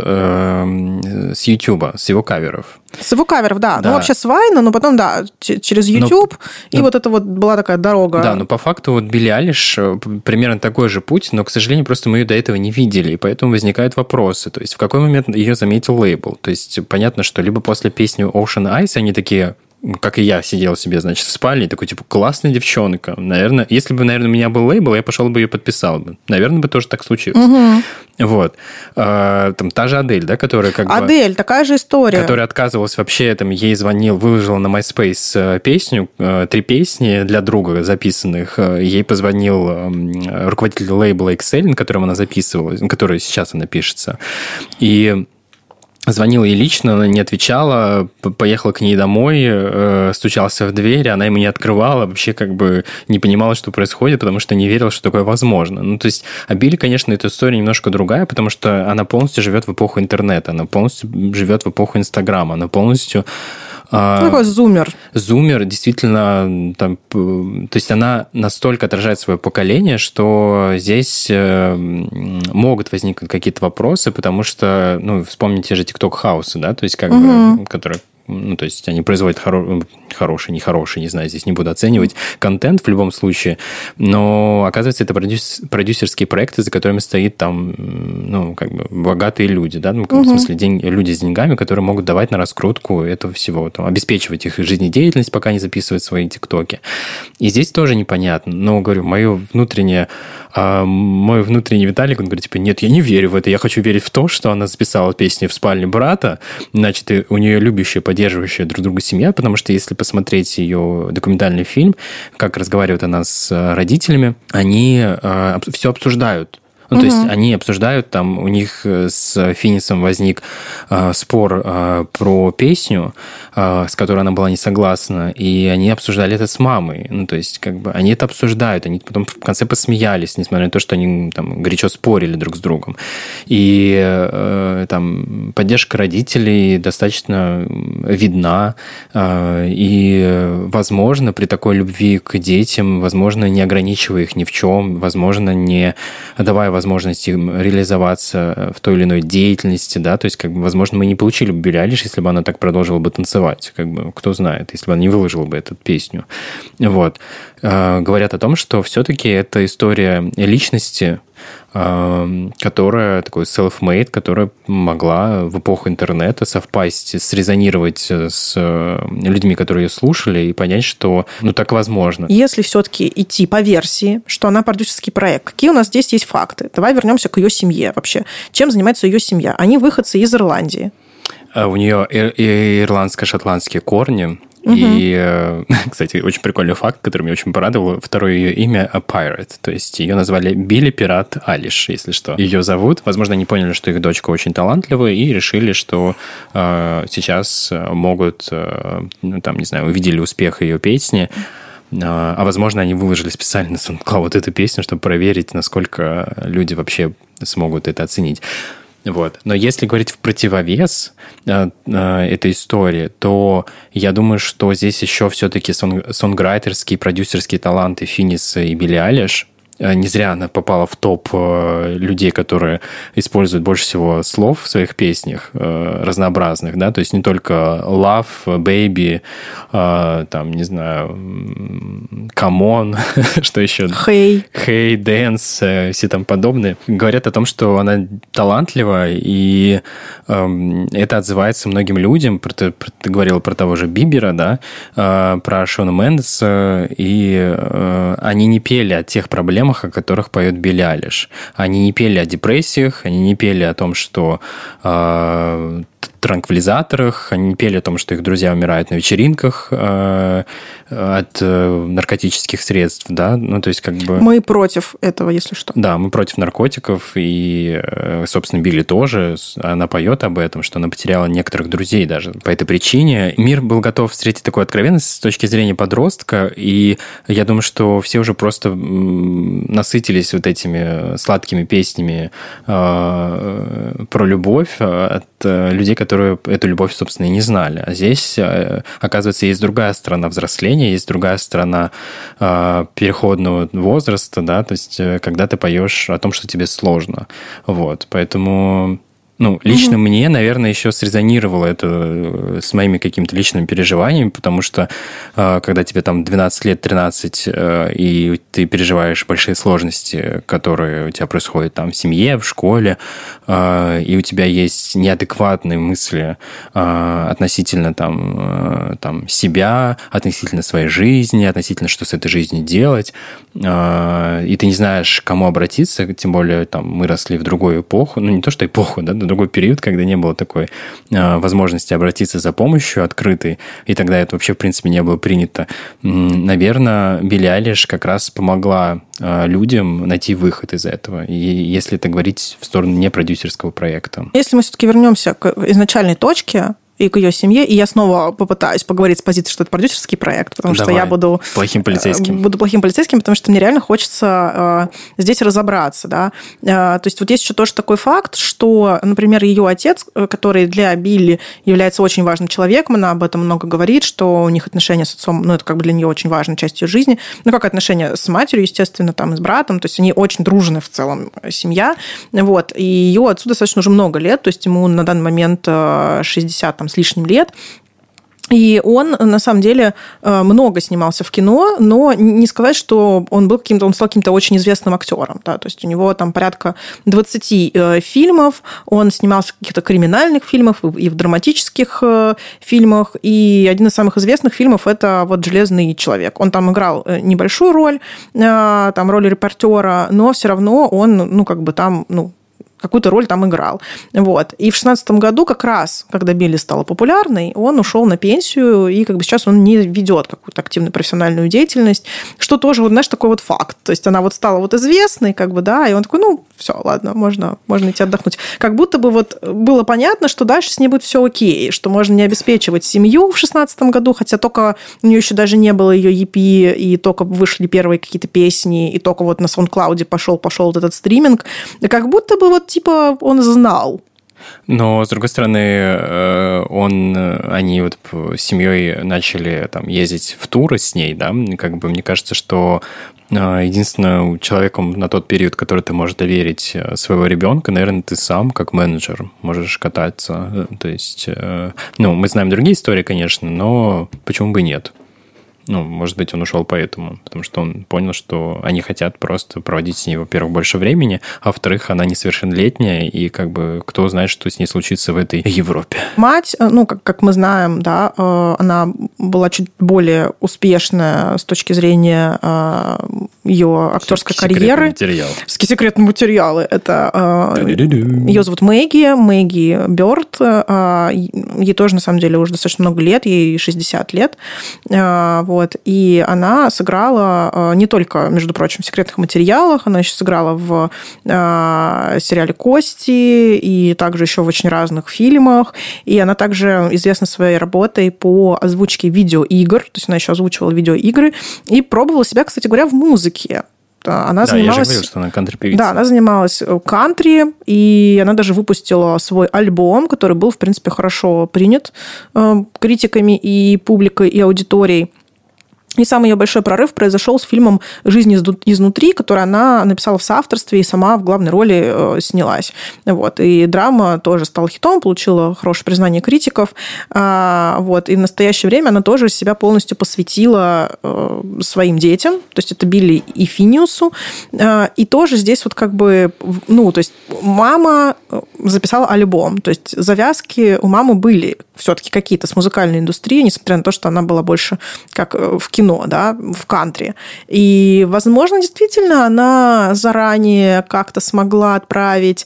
э, с Ютуба, с его каверов. С его каверов, да. да. Ну, вообще с Вайна, но потом, да, через YouTube. Но, и но, вот это вот была такая дорога. Да, но по факту вот Билли Айлиш примерно такой же путь, но, к сожалению, просто мы ее до этого не видели, и поэтому возникают вопросы. То есть в какой момент ее заметил лейбл? То есть понятно, что либо после песни Ocean Eyes они такие... как и я, сидел себе, значит, в спальне, такой, типа, классная девчонка. Наверное, если бы, наверное, у меня был лейбл, я пошел бы ее подписал бы. Наверное, бы тоже так случилось. Угу. Вот. А, там та же Адель, да, которая как Адель, бы... Адель, такая же история. Которая отказывалась вообще, там, ей звонил, выложила на MySpace песню, три песни для друга записанных. Ей позвонил руководитель лейбла икс эл, на котором она записывала, на которой сейчас она пишется. И... звонила ей лично, она не отвечала, поехала к ней домой, э, стучался в дверь, она ему не открывала, вообще как бы не понимала, что происходит, потому что не верила, что такое возможно. Ну, то есть, а Билли, конечно, эта история немножко другая, потому что она полностью живет в эпоху интернета, она полностью живет в эпоху Инстаграма, она полностью... Что такое зумер? Зумер действительно, там, то есть она настолько отражает свое поколение, что здесь могут возникнуть какие-то вопросы, потому что, ну, вспомните же TikTok House, да, то есть как угу. бы, который... Ну, то есть они производят хоро... хороший, нехороший, не знаю, здесь не буду оценивать контент в любом случае, но, оказывается, это продюс... продюсерские проекты, за которыми стоит там, ну, как бы богатые люди, да, ну, угу. в смысле день... люди с деньгами, которые могут давать на раскрутку этого всего, там, обеспечивать их жизнедеятельность, пока не записывают свои тиктоки. И здесь тоже непонятно, но, говорю, мое внутреннее, а, мой внутренний Виталик, он говорит, типа, нет, я не верю в это, я хочу верить в то, что она записала песни в спальне брата, значит, у нее любящая, поддерживающая друг друга семья, потому что если посмотреть ее документальный фильм, как разговаривает она с родителями, они э, все обсуждают. Ну, угу. то есть они обсуждают, там у них с Финнисом возник э, спор э, про песню, э, с которой она была не согласна, и они обсуждали это с мамой. Ну, то есть как бы они это обсуждают, они потом в конце посмеялись, несмотря на то, что они там горячо спорили друг с другом. И э, там поддержка родителей достаточно видна, э, и, возможно, при такой любви к детям, возможно, не ограничивая их ни в чем, возможно, не давая возможность возможность им реализоваться в той или иной деятельности, да, то есть, как бы, возможно, мы не получили бы Билли Айлиш, если бы она так продолжила бы танцевать, как бы, кто знает, если бы она не выложила бы эту песню. Вот. Говорят о том, что все-таки это история личности, которая такой self-made, которая могла в эпоху интернета совпасть, срезонировать с людьми, которые ее слушали, и понять, что ну так возможно. Если все-таки идти по версии, что она продюсерский проект, какие у нас здесь есть факты? Давай вернемся к ее семье вообще. Чем занимается ее семья? Они выходцы из Ирландии. У нее ирландско-шотландские корни. Угу. И, кстати, очень прикольный факт, который меня очень порадовал. Второе ее имя – Pirate. То есть ее назвали Билли Пират Айлиш, если что. Ее зовут. Возможно, они поняли, что их дочка очень талантливая, и решили, что э, сейчас могут, э, ну, там, не знаю, увидели успех ее песни, а, возможно, они выложили специально на SoundCloud эту песню, чтобы проверить, насколько люди вообще смогут это оценить. Вот. Но если говорить в противовес э, э, этой истории, то я думаю, что здесь еще все-таки сон- сонграйтерские, продюсерские таланты Финниса и Билли Айлиш. Не зря она попала в топ людей, которые используют больше всего слов в своих песнях разнообразных, да, то есть не только love, baby, там, не знаю, come on, что еще? Hey. Hey, dance, все там подобные. Говорят о том, что она талантлива, и это отзывается многим людям. Ты говорила про того же Бибера, да, про Шона Мендеса, и они не пели о тех проблемах, о которых поет Билли Айлиш. Они не пели о депрессиях, они не пели о том, что э, транквилизаторах, они не пели о том, что их друзья умирают на вечеринках э, от э, наркотических средств, да, ну, то есть как бы... Мы против этого, если что. Да, мы против наркотиков, и, собственно, Билли тоже, она поет об этом, что она потеряла некоторых друзей даже по этой причине. Мир был готов встретить такую откровенность с точки зрения подростка, и я думаю, что все уже просто насытились вот этими сладкими песнями э, про любовь от людей, которые эту любовь, собственно, и не знали. А здесь, оказывается, есть другая сторона взросления, есть другая сторона э, переходного возраста, да, то есть когда ты поешь о том, что тебе сложно. Вот, поэтому... Ну, лично mm-hmm. мне, наверное, еще срезонировало это с моими какими-то личными переживаниями, потому что когда тебе там двенадцать лет, тринадцать, и ты переживаешь большие сложности, которые у тебя происходят там в семье, в школе, и у тебя есть неадекватные мысли относительно там, там себя, относительно своей жизни, относительно, что с этой жизнью делать, и ты не знаешь, к кому обратиться, тем более там мы росли в другую эпоху, ну, не то что эпоху, да, другой период, когда не было такой э, возможности обратиться за помощью открытой, и тогда это вообще, в принципе, не было принято. Наверное, Билли Айлиш как раз помогла э, людям найти выход из этого, и если это говорить в сторону не продюсерского проекта. Если мы все-таки вернемся к изначальной точке, и к ее семье, и я снова попытаюсь поговорить с позиции, что это продюсерский проект, потому Давай. что я буду плохим полицейским. Буду плохим полицейским, потому что мне реально хочется э, здесь разобраться, да. Э, то есть вот есть еще тоже такой факт, что, например, ее отец, который для Билли является очень важным человеком, она об этом много говорит, что у них отношения с отцом, ну, это как бы для нее очень важная часть ее жизни, ну, как отношения с матерью, естественно, там, и с братом, то есть они очень дружны в целом, семья, вот, и ее отцу достаточно уже много лет, то есть ему на данный момент шестьдесят там, с лишним лет. И он, на самом деле, много снимался в кино, но не сказать, что он был каким-то, он стал каким-то очень известным актером. Да? То есть у него там порядка двадцати фильмов, он снимался в каких-то криминальных фильмах и в драматических фильмах. И один из самых известных фильмов – это вот «Железный человек». Он там играл небольшую роль, там роль репортера, но все равно он, ну, как бы там, ну, какую-то роль там играл. Вот. И в шестнадцатом году, как раз, когда Билли стала популярной, он ушел на пенсию, и как бы сейчас он не ведет какую-то активную профессиональную деятельность, что тоже, вот, знаешь, такой вот факт. То есть она вот стала вот известной, как бы, да, и он такой, ну, все, ладно, можно, можно идти отдохнуть. Как будто бы вот было понятно, что дальше с ней будет все окей, что можно не обеспечивать семью в шестнадцатом году, хотя только у нее еще даже не было ее и пи, и только вышли первые какие-то песни, и только вот на SoundCloud пошел, пошел вот этот стриминг. И как будто бы вот типа он знал, Но, с другой стороны, он, они вот с семьей начали там ездить в туры с ней, да, как бы мне кажется, что единственным человеком на тот период, который ты можешь доверить своего ребенка, наверное, ты сам, как менеджер, можешь кататься. То есть, ну, мы знаем другие истории, конечно, но почему бы и нет? Ну, может быть, он ушел поэтому, потому что он понял, что они хотят просто проводить с ней, во-первых, больше времени, а во-вторых, она несовершеннолетняя, и как бы кто знает, что с ней случится в этой Европе. Мать, ну, как, как мы знаем, да, она была чуть более успешная с точки зрения ее актерской карьеры. Материал. Секретные материалы. Это ее зовут Мэгги, Мэгги Бёрд. Ей тоже, на самом деле, уже достаточно много лет, ей шестьдесят лет. Вот. И она сыграла не только, между прочим, в «Секретных материалах», она еще сыграла в сериале «Кости» и также еще в очень разных фильмах. И она также известна своей работой по озвучке видеоигр, то есть она еще озвучивала видеоигры и пробовала себя, кстати говоря, в музыке. Она да, занималась... я же говорил, что она кантри-певица. Да, она занималась кантри, и она даже выпустила свой альбом, который был, в принципе, хорошо принят критиками и публикой, и аудиторией. И самый ее большой прорыв произошел с фильмом «Жизнь изнутри», который она написала в соавторстве и сама в главной роли снялась. Вот. И драма тоже стала хитом, получила хорошее признание критиков. Вот. И в настоящее время она тоже себя полностью посвятила своим детям, то есть это Билли и Финиусу. И тоже здесь вот как бы, ну, то есть мама записала альбом, то есть завязки у мамы были все-таки какие-то с музыкальной индустрией, несмотря на то, что она была больше как в кино. кино, да, в кантри. И, возможно, действительно, она заранее как-то смогла отправить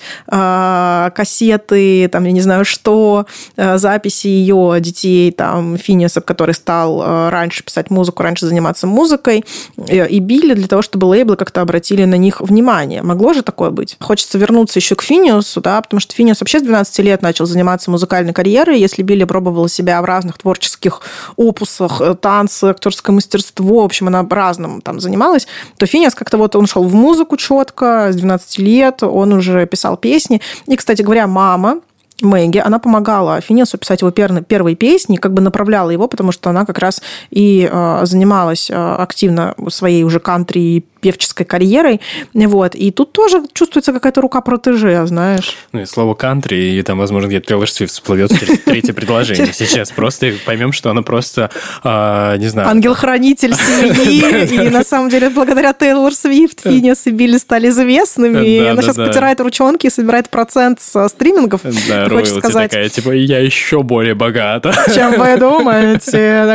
э, кассеты, там, я не знаю что, э, записи ее детей, там, Финиаса, который стал э, раньше писать музыку, раньше заниматься музыкой, э, и Билли для того, чтобы лейблы как-то обратили на них внимание. Могло же такое быть? Хочется вернуться еще к Финиасу, да, потому что Финиас вообще с двенадцати лет начал заниматься музыкальной карьерой. Если Билли пробовала себя в разных творческих опусах, танцы, актерское мастерство, мастерство, в общем, она разным там занималась, то Финиас как-то вот он шел в музыку четко, с двенадцати лет, он уже писал песни. И, кстати говоря, мама Мэгги, она помогала Финиасу писать его первые песни, как бы направляла его, потому что она как раз и занималась активно своей уже кантри и певческой карьерой. Вот. И тут тоже чувствуется какая-то рука протеже, знаешь. Ну и слово кантри, и там, возможно, где-то Тейлор Свифт всплывет через третье предложение. Сейчас просто поймем, что она просто, не знаю... Ангел-хранитель семьи. И на самом деле, благодаря Тейлор Свифт Финиас и Билли стали известными. И она сейчас потирает ручонки и собирает процент со стримингов. Да, роялти такая, типа, я еще более богата. Чем вы думаете?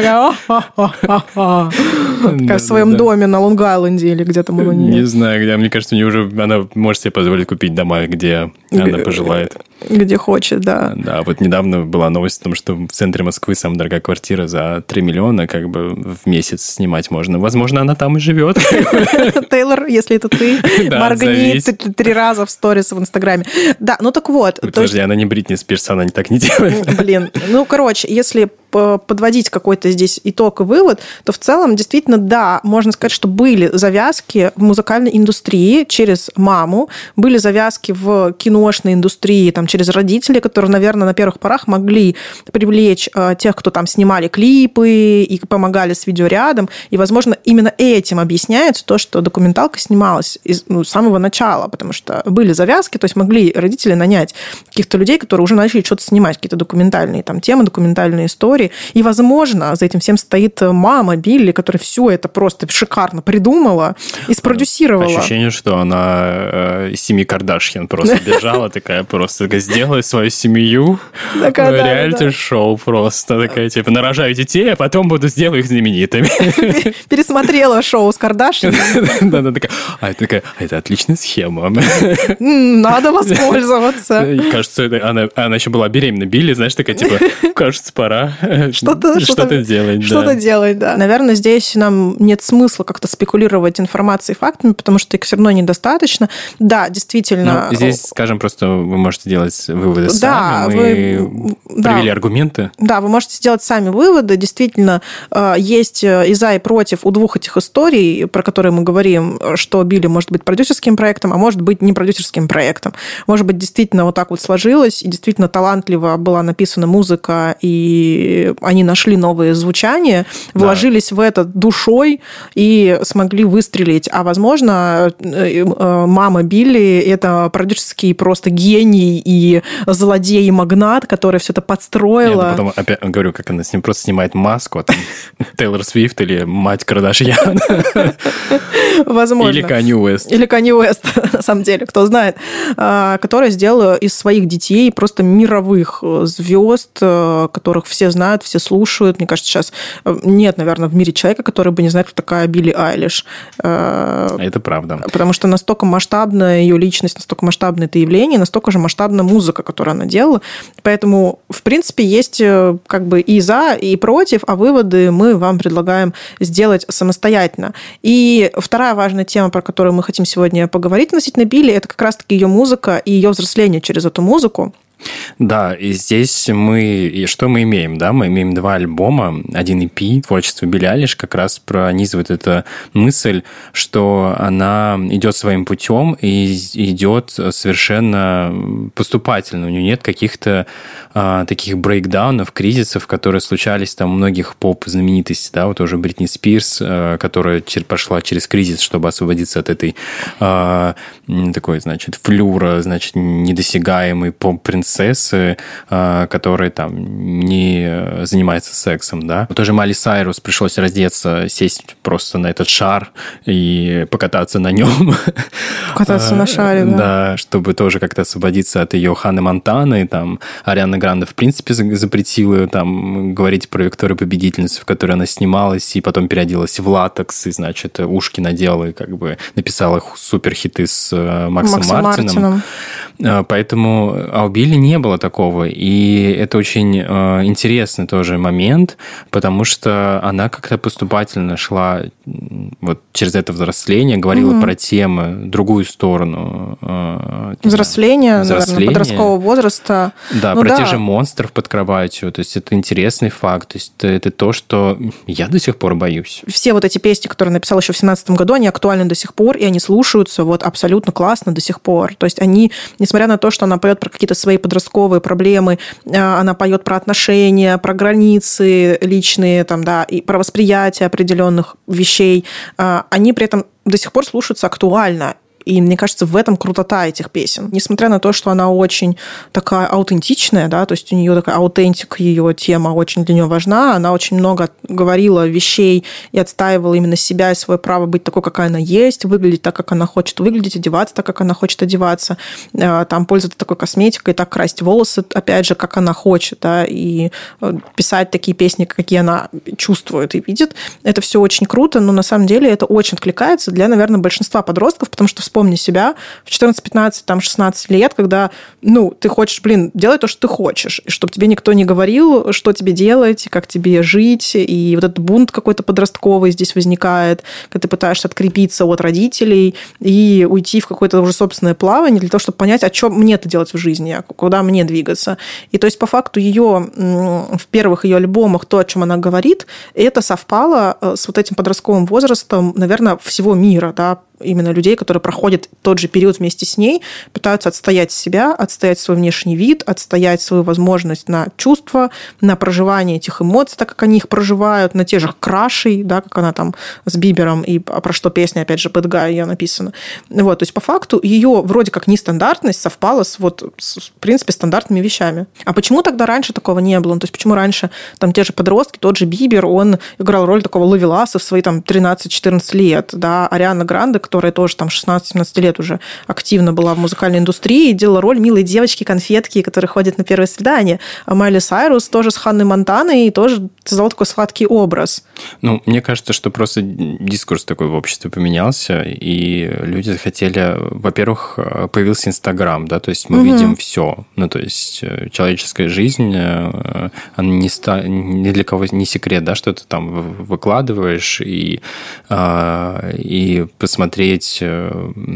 Такая, в своем доме на Лонг-Айленде или где там у нее. Не знаю, где. Мне кажется, у нее уже она может себе позволить купить дома, где она пожелает. Где хочет, да. Да, вот недавно была новость о том, что в центре Москвы самая дорогая квартира за три миллиона как бы в месяц снимать можно. Возможно, она там и живет. Тейлор, если это ты, моргни три раза в сторис в Инстаграме. Да, ну так вот. Подожди, она не Бритни Спирс, она не так не делает. Блин, ну, короче, если подводить какой-то здесь итог и вывод, то в целом действительно, да, можно сказать, что были завязки в музыкальной индустрии через маму, были завязки в киношной индустрии там, через родителей, которые, наверное, на первых порах могли привлечь тех, кто там снимали клипы и помогали с видеорядом, и, возможно, именно этим объясняется то, что документалка снималась из, ну, с самого начала, потому что были завязки, то есть могли родители нанять каких-то людей, которые уже начали что-то снимать, какие-то документальные там темы, документальные истории. И, возможно, за этим всем стоит мама Билли, которая все это просто шикарно придумала и спродюсировала. Ощущение, что она из семьи Кардашьян просто бежала, такая просто сделай свою семью, реалити-шоу просто такая, типа, нарожаю детей, а потом буду сделать их знаменитыми. Пересмотрела шоу с Кардашьян. Да-да, такая, а это такая, это отличная схема. Надо воспользоваться. Кажется, она еще была беременна Билли, знаешь, такая, типа, кажется, пора что-то, что-то, что-то делать. Что-то да. делать, да. Наверное, здесь нам нет смысла как-то спекулировать информацией и фактами, потому что их все равно недостаточно. Да, действительно. Ну, здесь, скажем, просто вы можете делать сделать выводы да, сами. Мы вы, привели да, аргументы. Да, вы можете сделать сами выводы. Действительно, есть и за, и против у двух этих историй, про которые мы говорим, что Билли может быть продюсерским проектом, а может быть не продюсерским проектом. Может быть, действительно вот так вот сложилось, и действительно талантливо была написана музыка, и они нашли новые звучания, вложились да. в это душой и смогли выстрелить. А, возможно, мама Билли – это продюсерский просто гений и злодей и магнат, который все это подстроила. Я потом опять говорю, как она с ним просто снимает маску, а там Тейлор Свифт или мать Кардашьян. Возможно. Или Канье Уэст. Или Канье Уэст, на самом деле, кто знает. Которая сделала из своих детей просто мировых звезд, которых все знают, все слушают. Мне кажется, сейчас нет, наверное, в мире человека, который бы не знает, кто такая Билли Айлиш. Это правда. Потому что настолько масштабная ее личность, настолько масштабное это явление, настолько же масштабная музыка, которую она делала. Поэтому, в принципе, есть как бы и за, и против, а выводы мы вам предлагаем сделать самостоятельно. И вторая важная тема, про которую мы хотим сегодня поговорить относительно Билли, это как раз-таки ее музыка и ее взросление через эту музыку. Да, и здесь мы... И что мы имеем, да? Мы имеем два альбома, один и пи, творчество Билли Айлиш как раз пронизывает эту мысль, что она идет своим путем и идет совершенно поступательно. У нее нет каких-то а, таких брейкдаунов, кризисов, которые случались там у многих поп-знаменитостей, да, вот уже Бритни Спирс, а, которая прошла через кризис, чтобы освободиться от этой а, такой, значит, флюра, значит, недосягаемой поп-принцессы, которые там не занимаются сексом, да. Тоже Майли Сайрус пришлось раздеться, сесть просто на этот шар и покататься на нем. Покататься на шаре, да. Да, чтобы тоже как-то освободиться от ее Ханны Монтаны. Там Ариана Гранде, в принципе, запретила там говорить про Викторию Победительницу, в которой она снималась, и потом переоделась в латекс, и, значит, ушки надела, и как бы написала суперхиты с Максом, Максом Мартином. Мартином. Поэтому а у Билли не было такого, и это очень э, интересный тоже момент, потому что она как-то поступательно шла вот через это взросление, говорила угу. про темы, другую сторону. Э, взросления, взросления, наверное, подросткового возраста. Да, ну, про да. тех же монстров под кроватью, то есть это интересный факт, то есть это, это то, что я до сих пор боюсь. Все вот эти песни, которые написала еще в семнадцатом году, они актуальны до сих пор, и они слушаются вот абсолютно классно до сих пор. То есть они, несмотря на то, что она поет про какие-то свои подростковые проблемы, она поет про отношения, про границы личные, там, да, и про восприятие определенных вещей, они при этом до сих пор слушаются актуально. И мне кажется, в этом крутота этих песен. Несмотря на то, что она очень такая аутентичная, да, то есть у нее такая аутентик, ее тема очень для нее важна, она очень много говорила вещей и отстаивала именно себя и свое право быть такой, какая она есть, выглядеть так, как она хочет выглядеть, одеваться так, как она хочет одеваться, там, пользоваться такой косметикой, так красить волосы, опять же, как она хочет, да, и писать такие песни, какие она чувствует и видит. Это все очень круто, но на самом деле это очень откликается для, наверное, большинства подростков, потому что вспомни себя в четырнадцать, пятнадцать, там, шестнадцать лет, когда, ну, ты хочешь, блин, делай то, что ты хочешь, и чтобы тебе никто не говорил, что тебе делать, как тебе жить, и вот этот бунт какой-то подростковый здесь возникает, когда ты пытаешься открепиться от родителей и уйти в какое-то уже собственное плавание для того, чтобы понять, а что мне-то делать в жизни, куда мне двигаться. И то есть, по факту, ее в первых ее альбомах, то, о чем она говорит, это совпало с вот этим подростковым возрастом, наверное, всего мира, да, именно людей, которые проходят тот же период вместе с ней, пытаются отстоять себя, отстоять свой внешний вид, отстоять свою возможность на чувства, на проживание этих эмоций, так как они их проживают, на те же крашей, да, как она там с Бибером, и про что песня, опять же, Bad Guy ее написана. Вот, то есть, по факту, ее вроде как нестандартность совпала с, вот, с, в принципе, стандартными вещами. А почему тогда раньше такого не было? Ну, то есть, почему раньше там те же подростки, тот же Бибер, он играл роль такого ловеласа в свои там тринадцать-четырнадцать лет, да, Ариана Гранде, которая тоже там шестнадцать-семнадцать лет уже активно была в музыкальной индустрии и делала роль милой девочки-конфетки, которая ходит на первое свидание. А Майли Сайрус тоже с Ханной Монтаной и тоже создала такой сладкий образ. Ну, мне кажется, что просто дискурс такой в обществе поменялся, и люди захотели... Во-первых, появился Инстаграм, да, то есть мы угу. видим все. Ну, то есть человеческая жизнь, она не, ста... ни для кого не секрет, да, что ты там выкладываешь, и, и посмотреть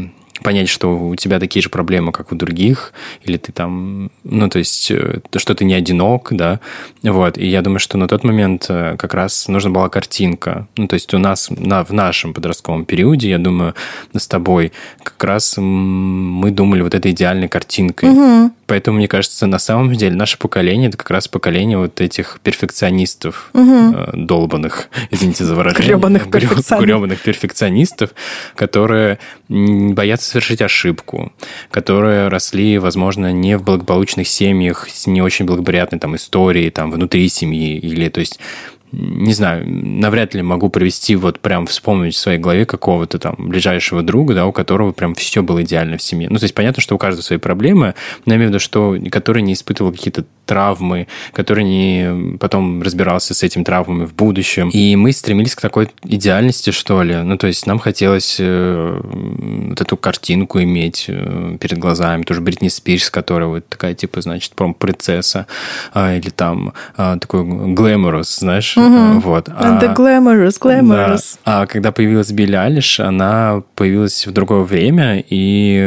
понять, что у тебя такие же проблемы, как у других, или ты там, ну, то есть, то, что ты не одинок, да, вот, и я думаю, что на тот момент как раз нужна была картинка, ну, то есть у нас на, в нашем подростковом периоде, я думаю, с тобой как раз мы думали вот этой идеальной картинкой, угу. Поэтому, мне кажется, на самом деле наше поколение, это как раз поколение вот этих перфекционистов, угу. долбанных, извините за выражение. Гребаных перфекционистов. Гребаных перфекционистов, которые боятся совершить ошибку, которые росли, возможно, не в благополучных семьях, с не очень благоприятной там историей, там, внутри семьи, или, то есть, не знаю, навряд ли могу привести, вот прям вспомнить в своей голове какого-то там ближайшего друга, да, у которого прям все было идеально в семье. Ну, то есть, понятно, что у каждого свои проблемы, но я имею в виду, что который не испытывал какие-то травмы, который не потом разбирался с этими травмами в будущем. И мы стремились к такой идеальности, что ли. Ну, то есть, нам хотелось э, вот эту картинку иметь э, перед глазами. Тоже Бритни Спирс, которая вот такая, типа, значит, принцесса, э, или там э, такой glamorous, знаешь, Mm-hmm. вот. The glamorous, glamorous. Да. А когда появилась Билли Айлиш, она появилась в другое время, и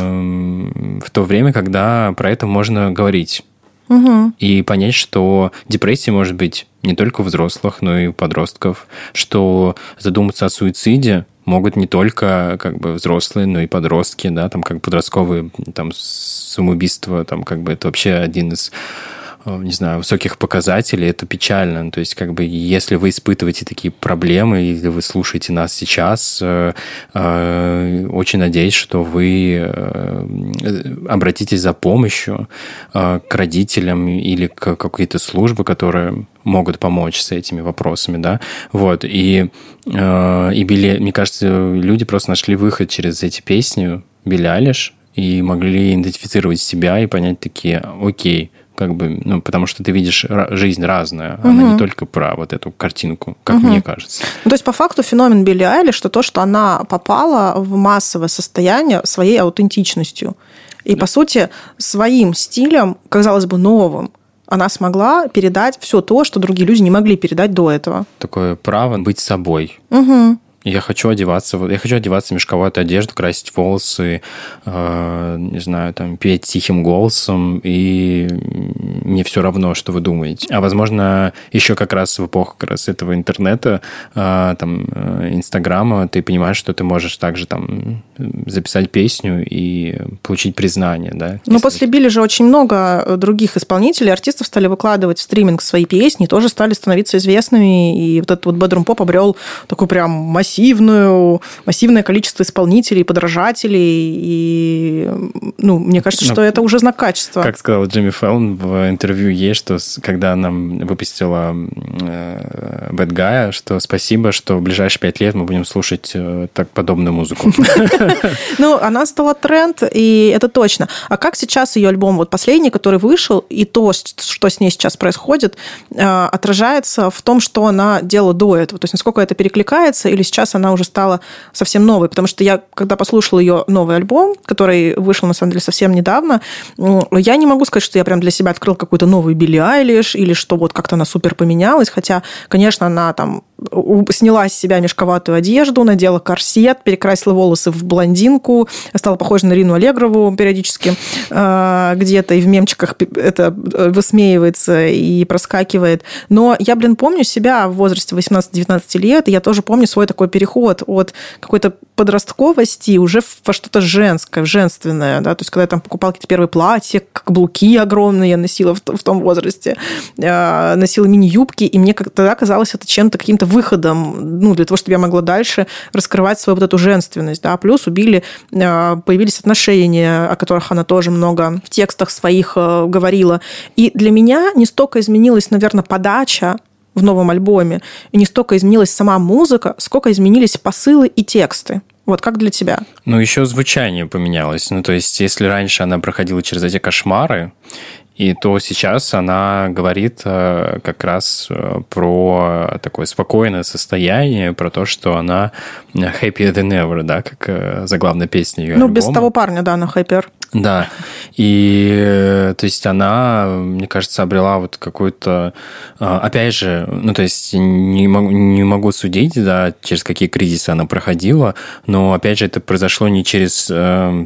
э, в то время, когда про это можно говорить. Угу. И понять, что депрессия может быть не только у взрослых, но и у подростков, что задуматься о суициде могут не только как бы взрослые, но и подростки, да, там как подростковые там самоубийства, там как бы это вообще один из, не знаю, высоких показателей, это печально. То есть, как бы, если вы испытываете такие проблемы, или вы слушаете нас сейчас, э, э, очень надеюсь, что вы э, обратитесь за помощью э, к родителям или к какой-то службе, которые могут помочь с этими вопросами, да, вот, и, э, и Билли, мне кажется, люди просто нашли выход через эти песни Билли Айлиш и могли идентифицировать себя и понять такие, окей, как бы, ну, потому что ты видишь жизнь разная, угу. Она не только про вот эту картинку, как угу. мне кажется. Ну, то есть, по факту, феномен Билли Айлиш, что то, что она попала в массовое состояние своей аутентичностью. И, да. По сути, своим стилем, казалось бы, новым, она смогла передать все то, что другие люди не могли передать до этого. Такое право быть собой. Угу. Я хочу одеваться, я хочу одеваться в мешковатую одежду, красить волосы, э, не знаю, там, петь тихим голосом, и мне все равно, что вы думаете. А, возможно, еще как раз в эпоху как раз этого интернета, э, там, Инстаграма, ты понимаешь, что ты можешь также там записать песню и получить признание, да? Ну, после Билли же очень много других исполнителей, артистов стали выкладывать в стриминг свои песни, тоже стали становиться известными, и вот этот вот бедрум-поп обрел такой прям массив массивную, массивное количество исполнителей, подражателей, и, ну, мне кажется, что ну, это уже знак качества. Как сказала Джимми Фэллон в интервью ей, что когда она выпустила Bad Guy, что спасибо, что в ближайшие пять лет мы будем слушать так подобную музыку. Ну, она стала тренд, и это точно. А как сейчас ее альбом, вот последний, который вышел, и то, что с ней сейчас происходит, отражается в том, что она делала до этого? То есть, насколько это перекликается, или сейчас она уже стала совсем новой, потому что я, когда послушала ее новый альбом, который вышел, на самом деле, совсем недавно, я не могу сказать, что я прям для себя открыла какой-то новый Билли Айлиш, или что вот как-то она супер поменялась, хотя, конечно, она там сняла с себя мешковатую одежду, надела корсет, перекрасила волосы в блондинку, стала похожа на Рину Аллегрову периодически где-то, и в мемчиках это высмеивается и проскакивает. Но я, блин, помню себя в возрасте восемнадцати-девятнадцати лет, и я тоже помню свой такой переход от какой-то подростковости уже во что-то женское, в женственное, да, то есть когда я там покупала какие-то первые платья, каблуки огромные я носила в, в том возрасте, носила мини-юбки, и мне тогда казалось это чем-то, каким-то выходом, ну, для того, чтобы я могла дальше раскрывать свою вот эту женственность, да, плюс у Билли появились отношения, о которых она тоже много в текстах своих говорила, и для меня не столько изменилась, наверное, подача в новом альбоме, и не столько изменилась сама музыка, сколько изменились посылы и тексты. Вот как для тебя? Ну, еще звучание поменялось. Ну, то есть, если раньше она проходила через эти кошмары, и то сейчас она говорит как раз про такое спокойное состояние, про то, что она happier than ever, да, как заглавная песня ее ну, альбома. Без того парня, да, она happier. Да, И, то есть, она, мне кажется, обрела вот какую-то... Опять же, ну, то есть, не могу, не могу судить, да, через какие кризисы она проходила, но, опять же, это произошло не через э,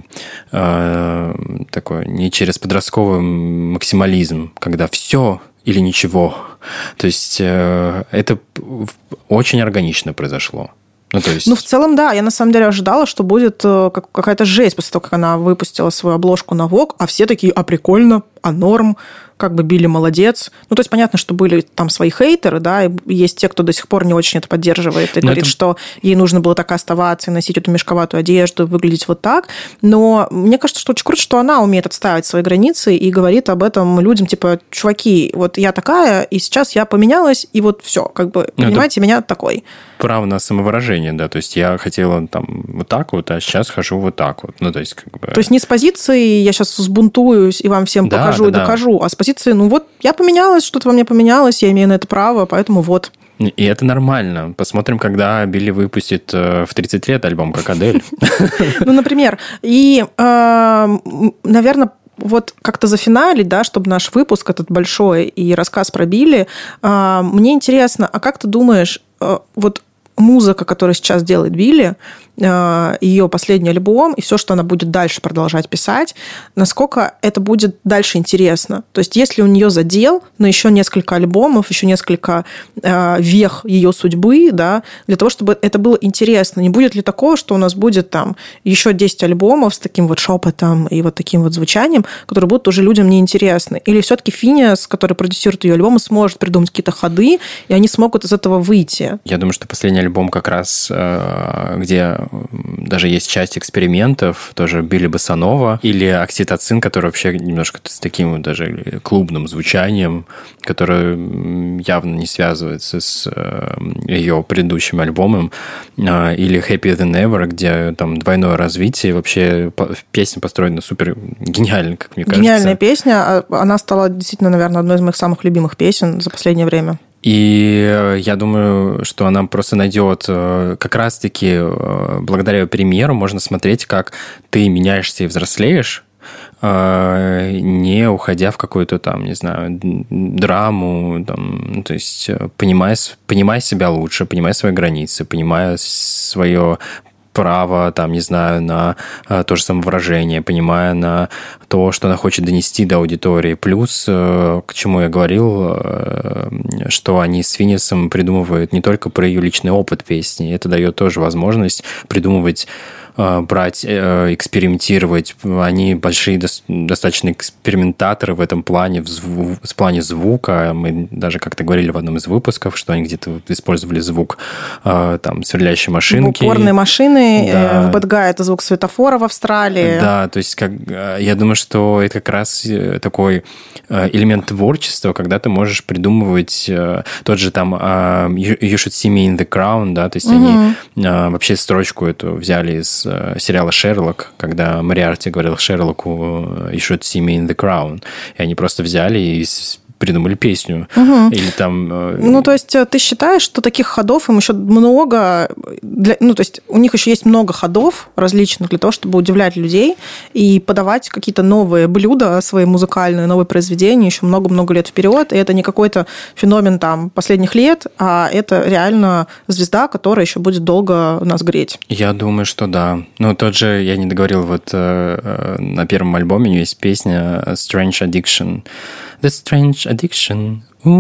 э, такой, не через подростковый максимализм, когда все или ничего. То есть, э, это очень органично произошло. Ну, то есть... ну, в целом, да. Я, на самом деле, ожидала, что будет какая-то жесть после того, как она выпустила свою обложку на Vogue, а все такие, а прикольно, а норм, как бы Билли молодец. Ну, то есть, понятно, что были там свои хейтеры, да, и есть те, кто до сих пор не очень это поддерживает и но говорит, это... что ей нужно было так оставаться и носить эту мешковатую одежду, выглядеть вот так. Но мне кажется, что очень круто, что она умеет отстаивать свои границы и говорит об этом людям, типа, чуваки, вот я такая, и сейчас я поменялась, и вот все, как бы, ну, понимаете, меня такой. Право на самовыражение, да, то есть я хотела там вот так вот, а сейчас хожу вот так вот, ну, то есть как бы... То есть не с позиции я сейчас взбунтуюсь и вам всем да, покажу да, и да. докажу, а с позиции, ну вот я поменялась, что-то во мне поменялось, я имею на это право, поэтому вот. И это нормально. Посмотрим, когда Билли выпустит в тридцать лет альбом, как Адель. Ну, например. И, наверное, вот как-то зафиналить, да, чтобы наш выпуск этот большой и рассказ про Билли, мне интересно, а как ты думаешь, вот музыка, которую сейчас делает Билли, ее последний альбом и все, что она будет дальше продолжать писать, насколько это будет дальше интересно. То есть, если у нее задел на еще несколько альбомов, еще несколько э, вех ее судьбы, да, для того, чтобы это было интересно, не будет ли такого, что у нас будет там еще десять альбомов с таким вот шепотом и вот таким вот звучанием, которые будут уже людям неинтересны? Или все-таки Финиас, который продюсирует ее альбомы, сможет придумать какие-то ходы, и они смогут из этого выйти? Я думаю, что последний альбом как раз, где даже есть часть экспериментов, тоже Билли Босанова, или Окситоцин, который вообще немножко с таким вот даже клубным звучанием, которое явно не связывается с ее предыдущим альбомом, или Happier Than Ever, где там двойное развитие, вообще песня построена супер гениально, как мне кажется. Гениальная песня, она стала действительно, наверное, одной из моих самых любимых песен за последнее время. И я думаю, что она просто найдет как раз-таки благодаря примеру можно смотреть, как ты меняешься и взрослеешь, не уходя в какую-то там, не знаю, драму, там, то есть понимая, понимая себя лучше, понимая свои границы, понимая свое право, там, не знаю, на то же самовыражение, понимая на то, что она хочет донести до аудитории. Плюс, к чему я говорил, что они с Финиасом придумывают не только про ее личный опыт песни, это дает тоже возможность придумывать, брать, экспериментировать. Они большие достаточно экспериментаторы в этом плане, в, зву- в плане звука. Мы даже как-то говорили в одном из выпусков, что они где-то использовали звук там сверлящей машинки. Упорные машины. Да. В Bad Guy это звук светофора в Австралии. Да, то есть как, я думаю, что это как раз такой элемент творчества, когда ты можешь придумывать тот же там You Should See Me in the Crown, да, то есть угу. они вообще строчку эту взяли из сериала «Шерлок», когда Мориарти говорил Шерлоку «You should see me in the crown». И они просто взяли и придумали песню. Угу. Или там... Ну, то есть ты считаешь, что таких ходов им еще много... Для... Ну, то есть у них еще есть много ходов различных для того, чтобы удивлять людей и подавать какие-то новые блюда, свои музыкальные, новые произведения еще много-много лет вперед. И это не какой-то феномен там последних лет, а это реально звезда, которая еще будет долго нас греть. Я думаю, что да. Ну, тот же, я не договорил, вот на первом альбоме у нее есть песня «Strange Addiction». The Strange Addiction.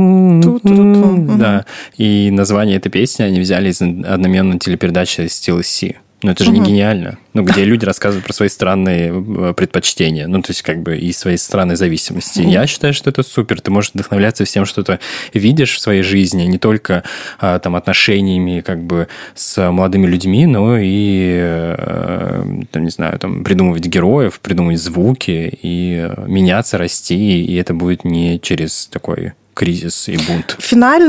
Mm-hmm. Да. И название этой песни они взяли из одноименной телепередачи Still Sea. Ну, это же угу. не гениально. Ну, где люди рассказывают про свои странные предпочтения. Ну, то есть, как бы, и свои странные зависимости. Угу. Я считаю, что это супер. Ты можешь вдохновляться всем, что ты видишь в своей жизни, не только а, там, отношениями, как бы, с молодыми людьми, но и, там, не знаю, там, придумывать героев, придумывать звуки, и меняться, расти. И это будет не через такой кризис и бунт. Финально,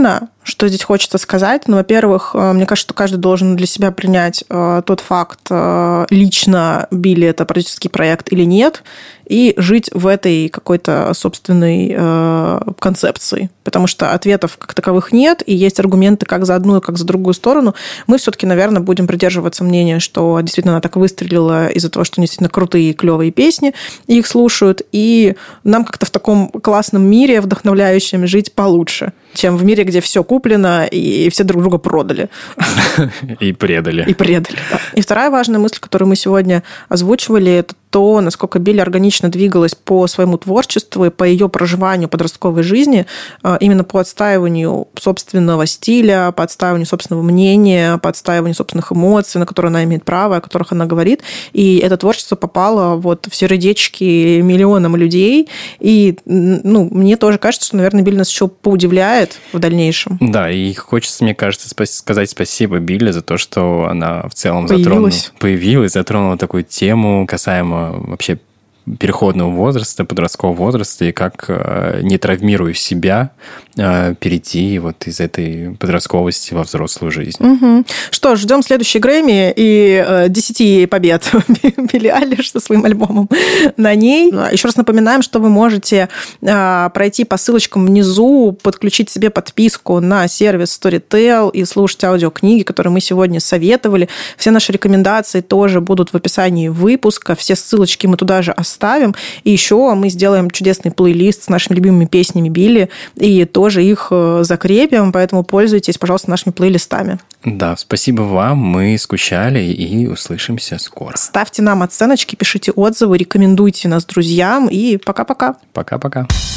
Что здесь хочется сказать? Ну, во-первых, мне кажется, что каждый должен для себя принять э, тот факт, э, лично Билли это продюсерский проект или нет, и жить в этой какой-то собственной э, концепции. Потому что ответов как таковых нет, и есть аргументы как за одну, как за другую сторону. Мы все-таки, наверное, будем придерживаться мнения, что действительно она так выстрелила из-за того, что действительно крутые, клевые песни, и их слушают, и нам как-то в таком классном мире, вдохновляющем, жить получше, чем в мире, где все куплено, и все друг друга продали. И предали. И предали, да. И вторая важная мысль, которую мы сегодня озвучивали, это то, насколько Билли органично двигалась по своему творчеству и по ее проживанию подростковой жизни, именно по отстаиванию собственного стиля, по отстаиванию собственного мнения, по отстаиванию собственных эмоций, на которые она имеет право, о которых она говорит. И это творчество попало вот в сердечки миллионам людей. И ну, мне тоже кажется, что, наверное, Билли нас еще поудивляет в дальнейшем. Да, и хочется, мне кажется, сказать спасибо Билли за то, что она в целом появилась. затронула, появилась, затронула такую тему касаемо вообще переходного возраста, подросткового возраста, и как, не травмируя себя, перейти вот из этой подростковости во взрослую жизнь. Угу. Что ж, ждем следующий Грэмми и десяти побед Билли Айлиш со своим альбомом на ней. Еще раз напоминаем, что вы можете пройти по ссылочкам внизу, подключить себе подписку на сервис Storytel и слушать аудиокниги, которые мы сегодня советовали. Все наши рекомендации тоже будут в описании выпуска. Все ссылочки мы туда же оставим. Ставим. И еще мы сделаем чудесный плейлист с нашими любимыми песнями Билли и тоже их закрепим, поэтому пользуйтесь, пожалуйста, нашими плейлистами. Да, спасибо вам, мы скучали и услышимся скоро. Ставьте нам оценочки, пишите отзывы, рекомендуйте нас друзьям и пока-пока. Пока-пока.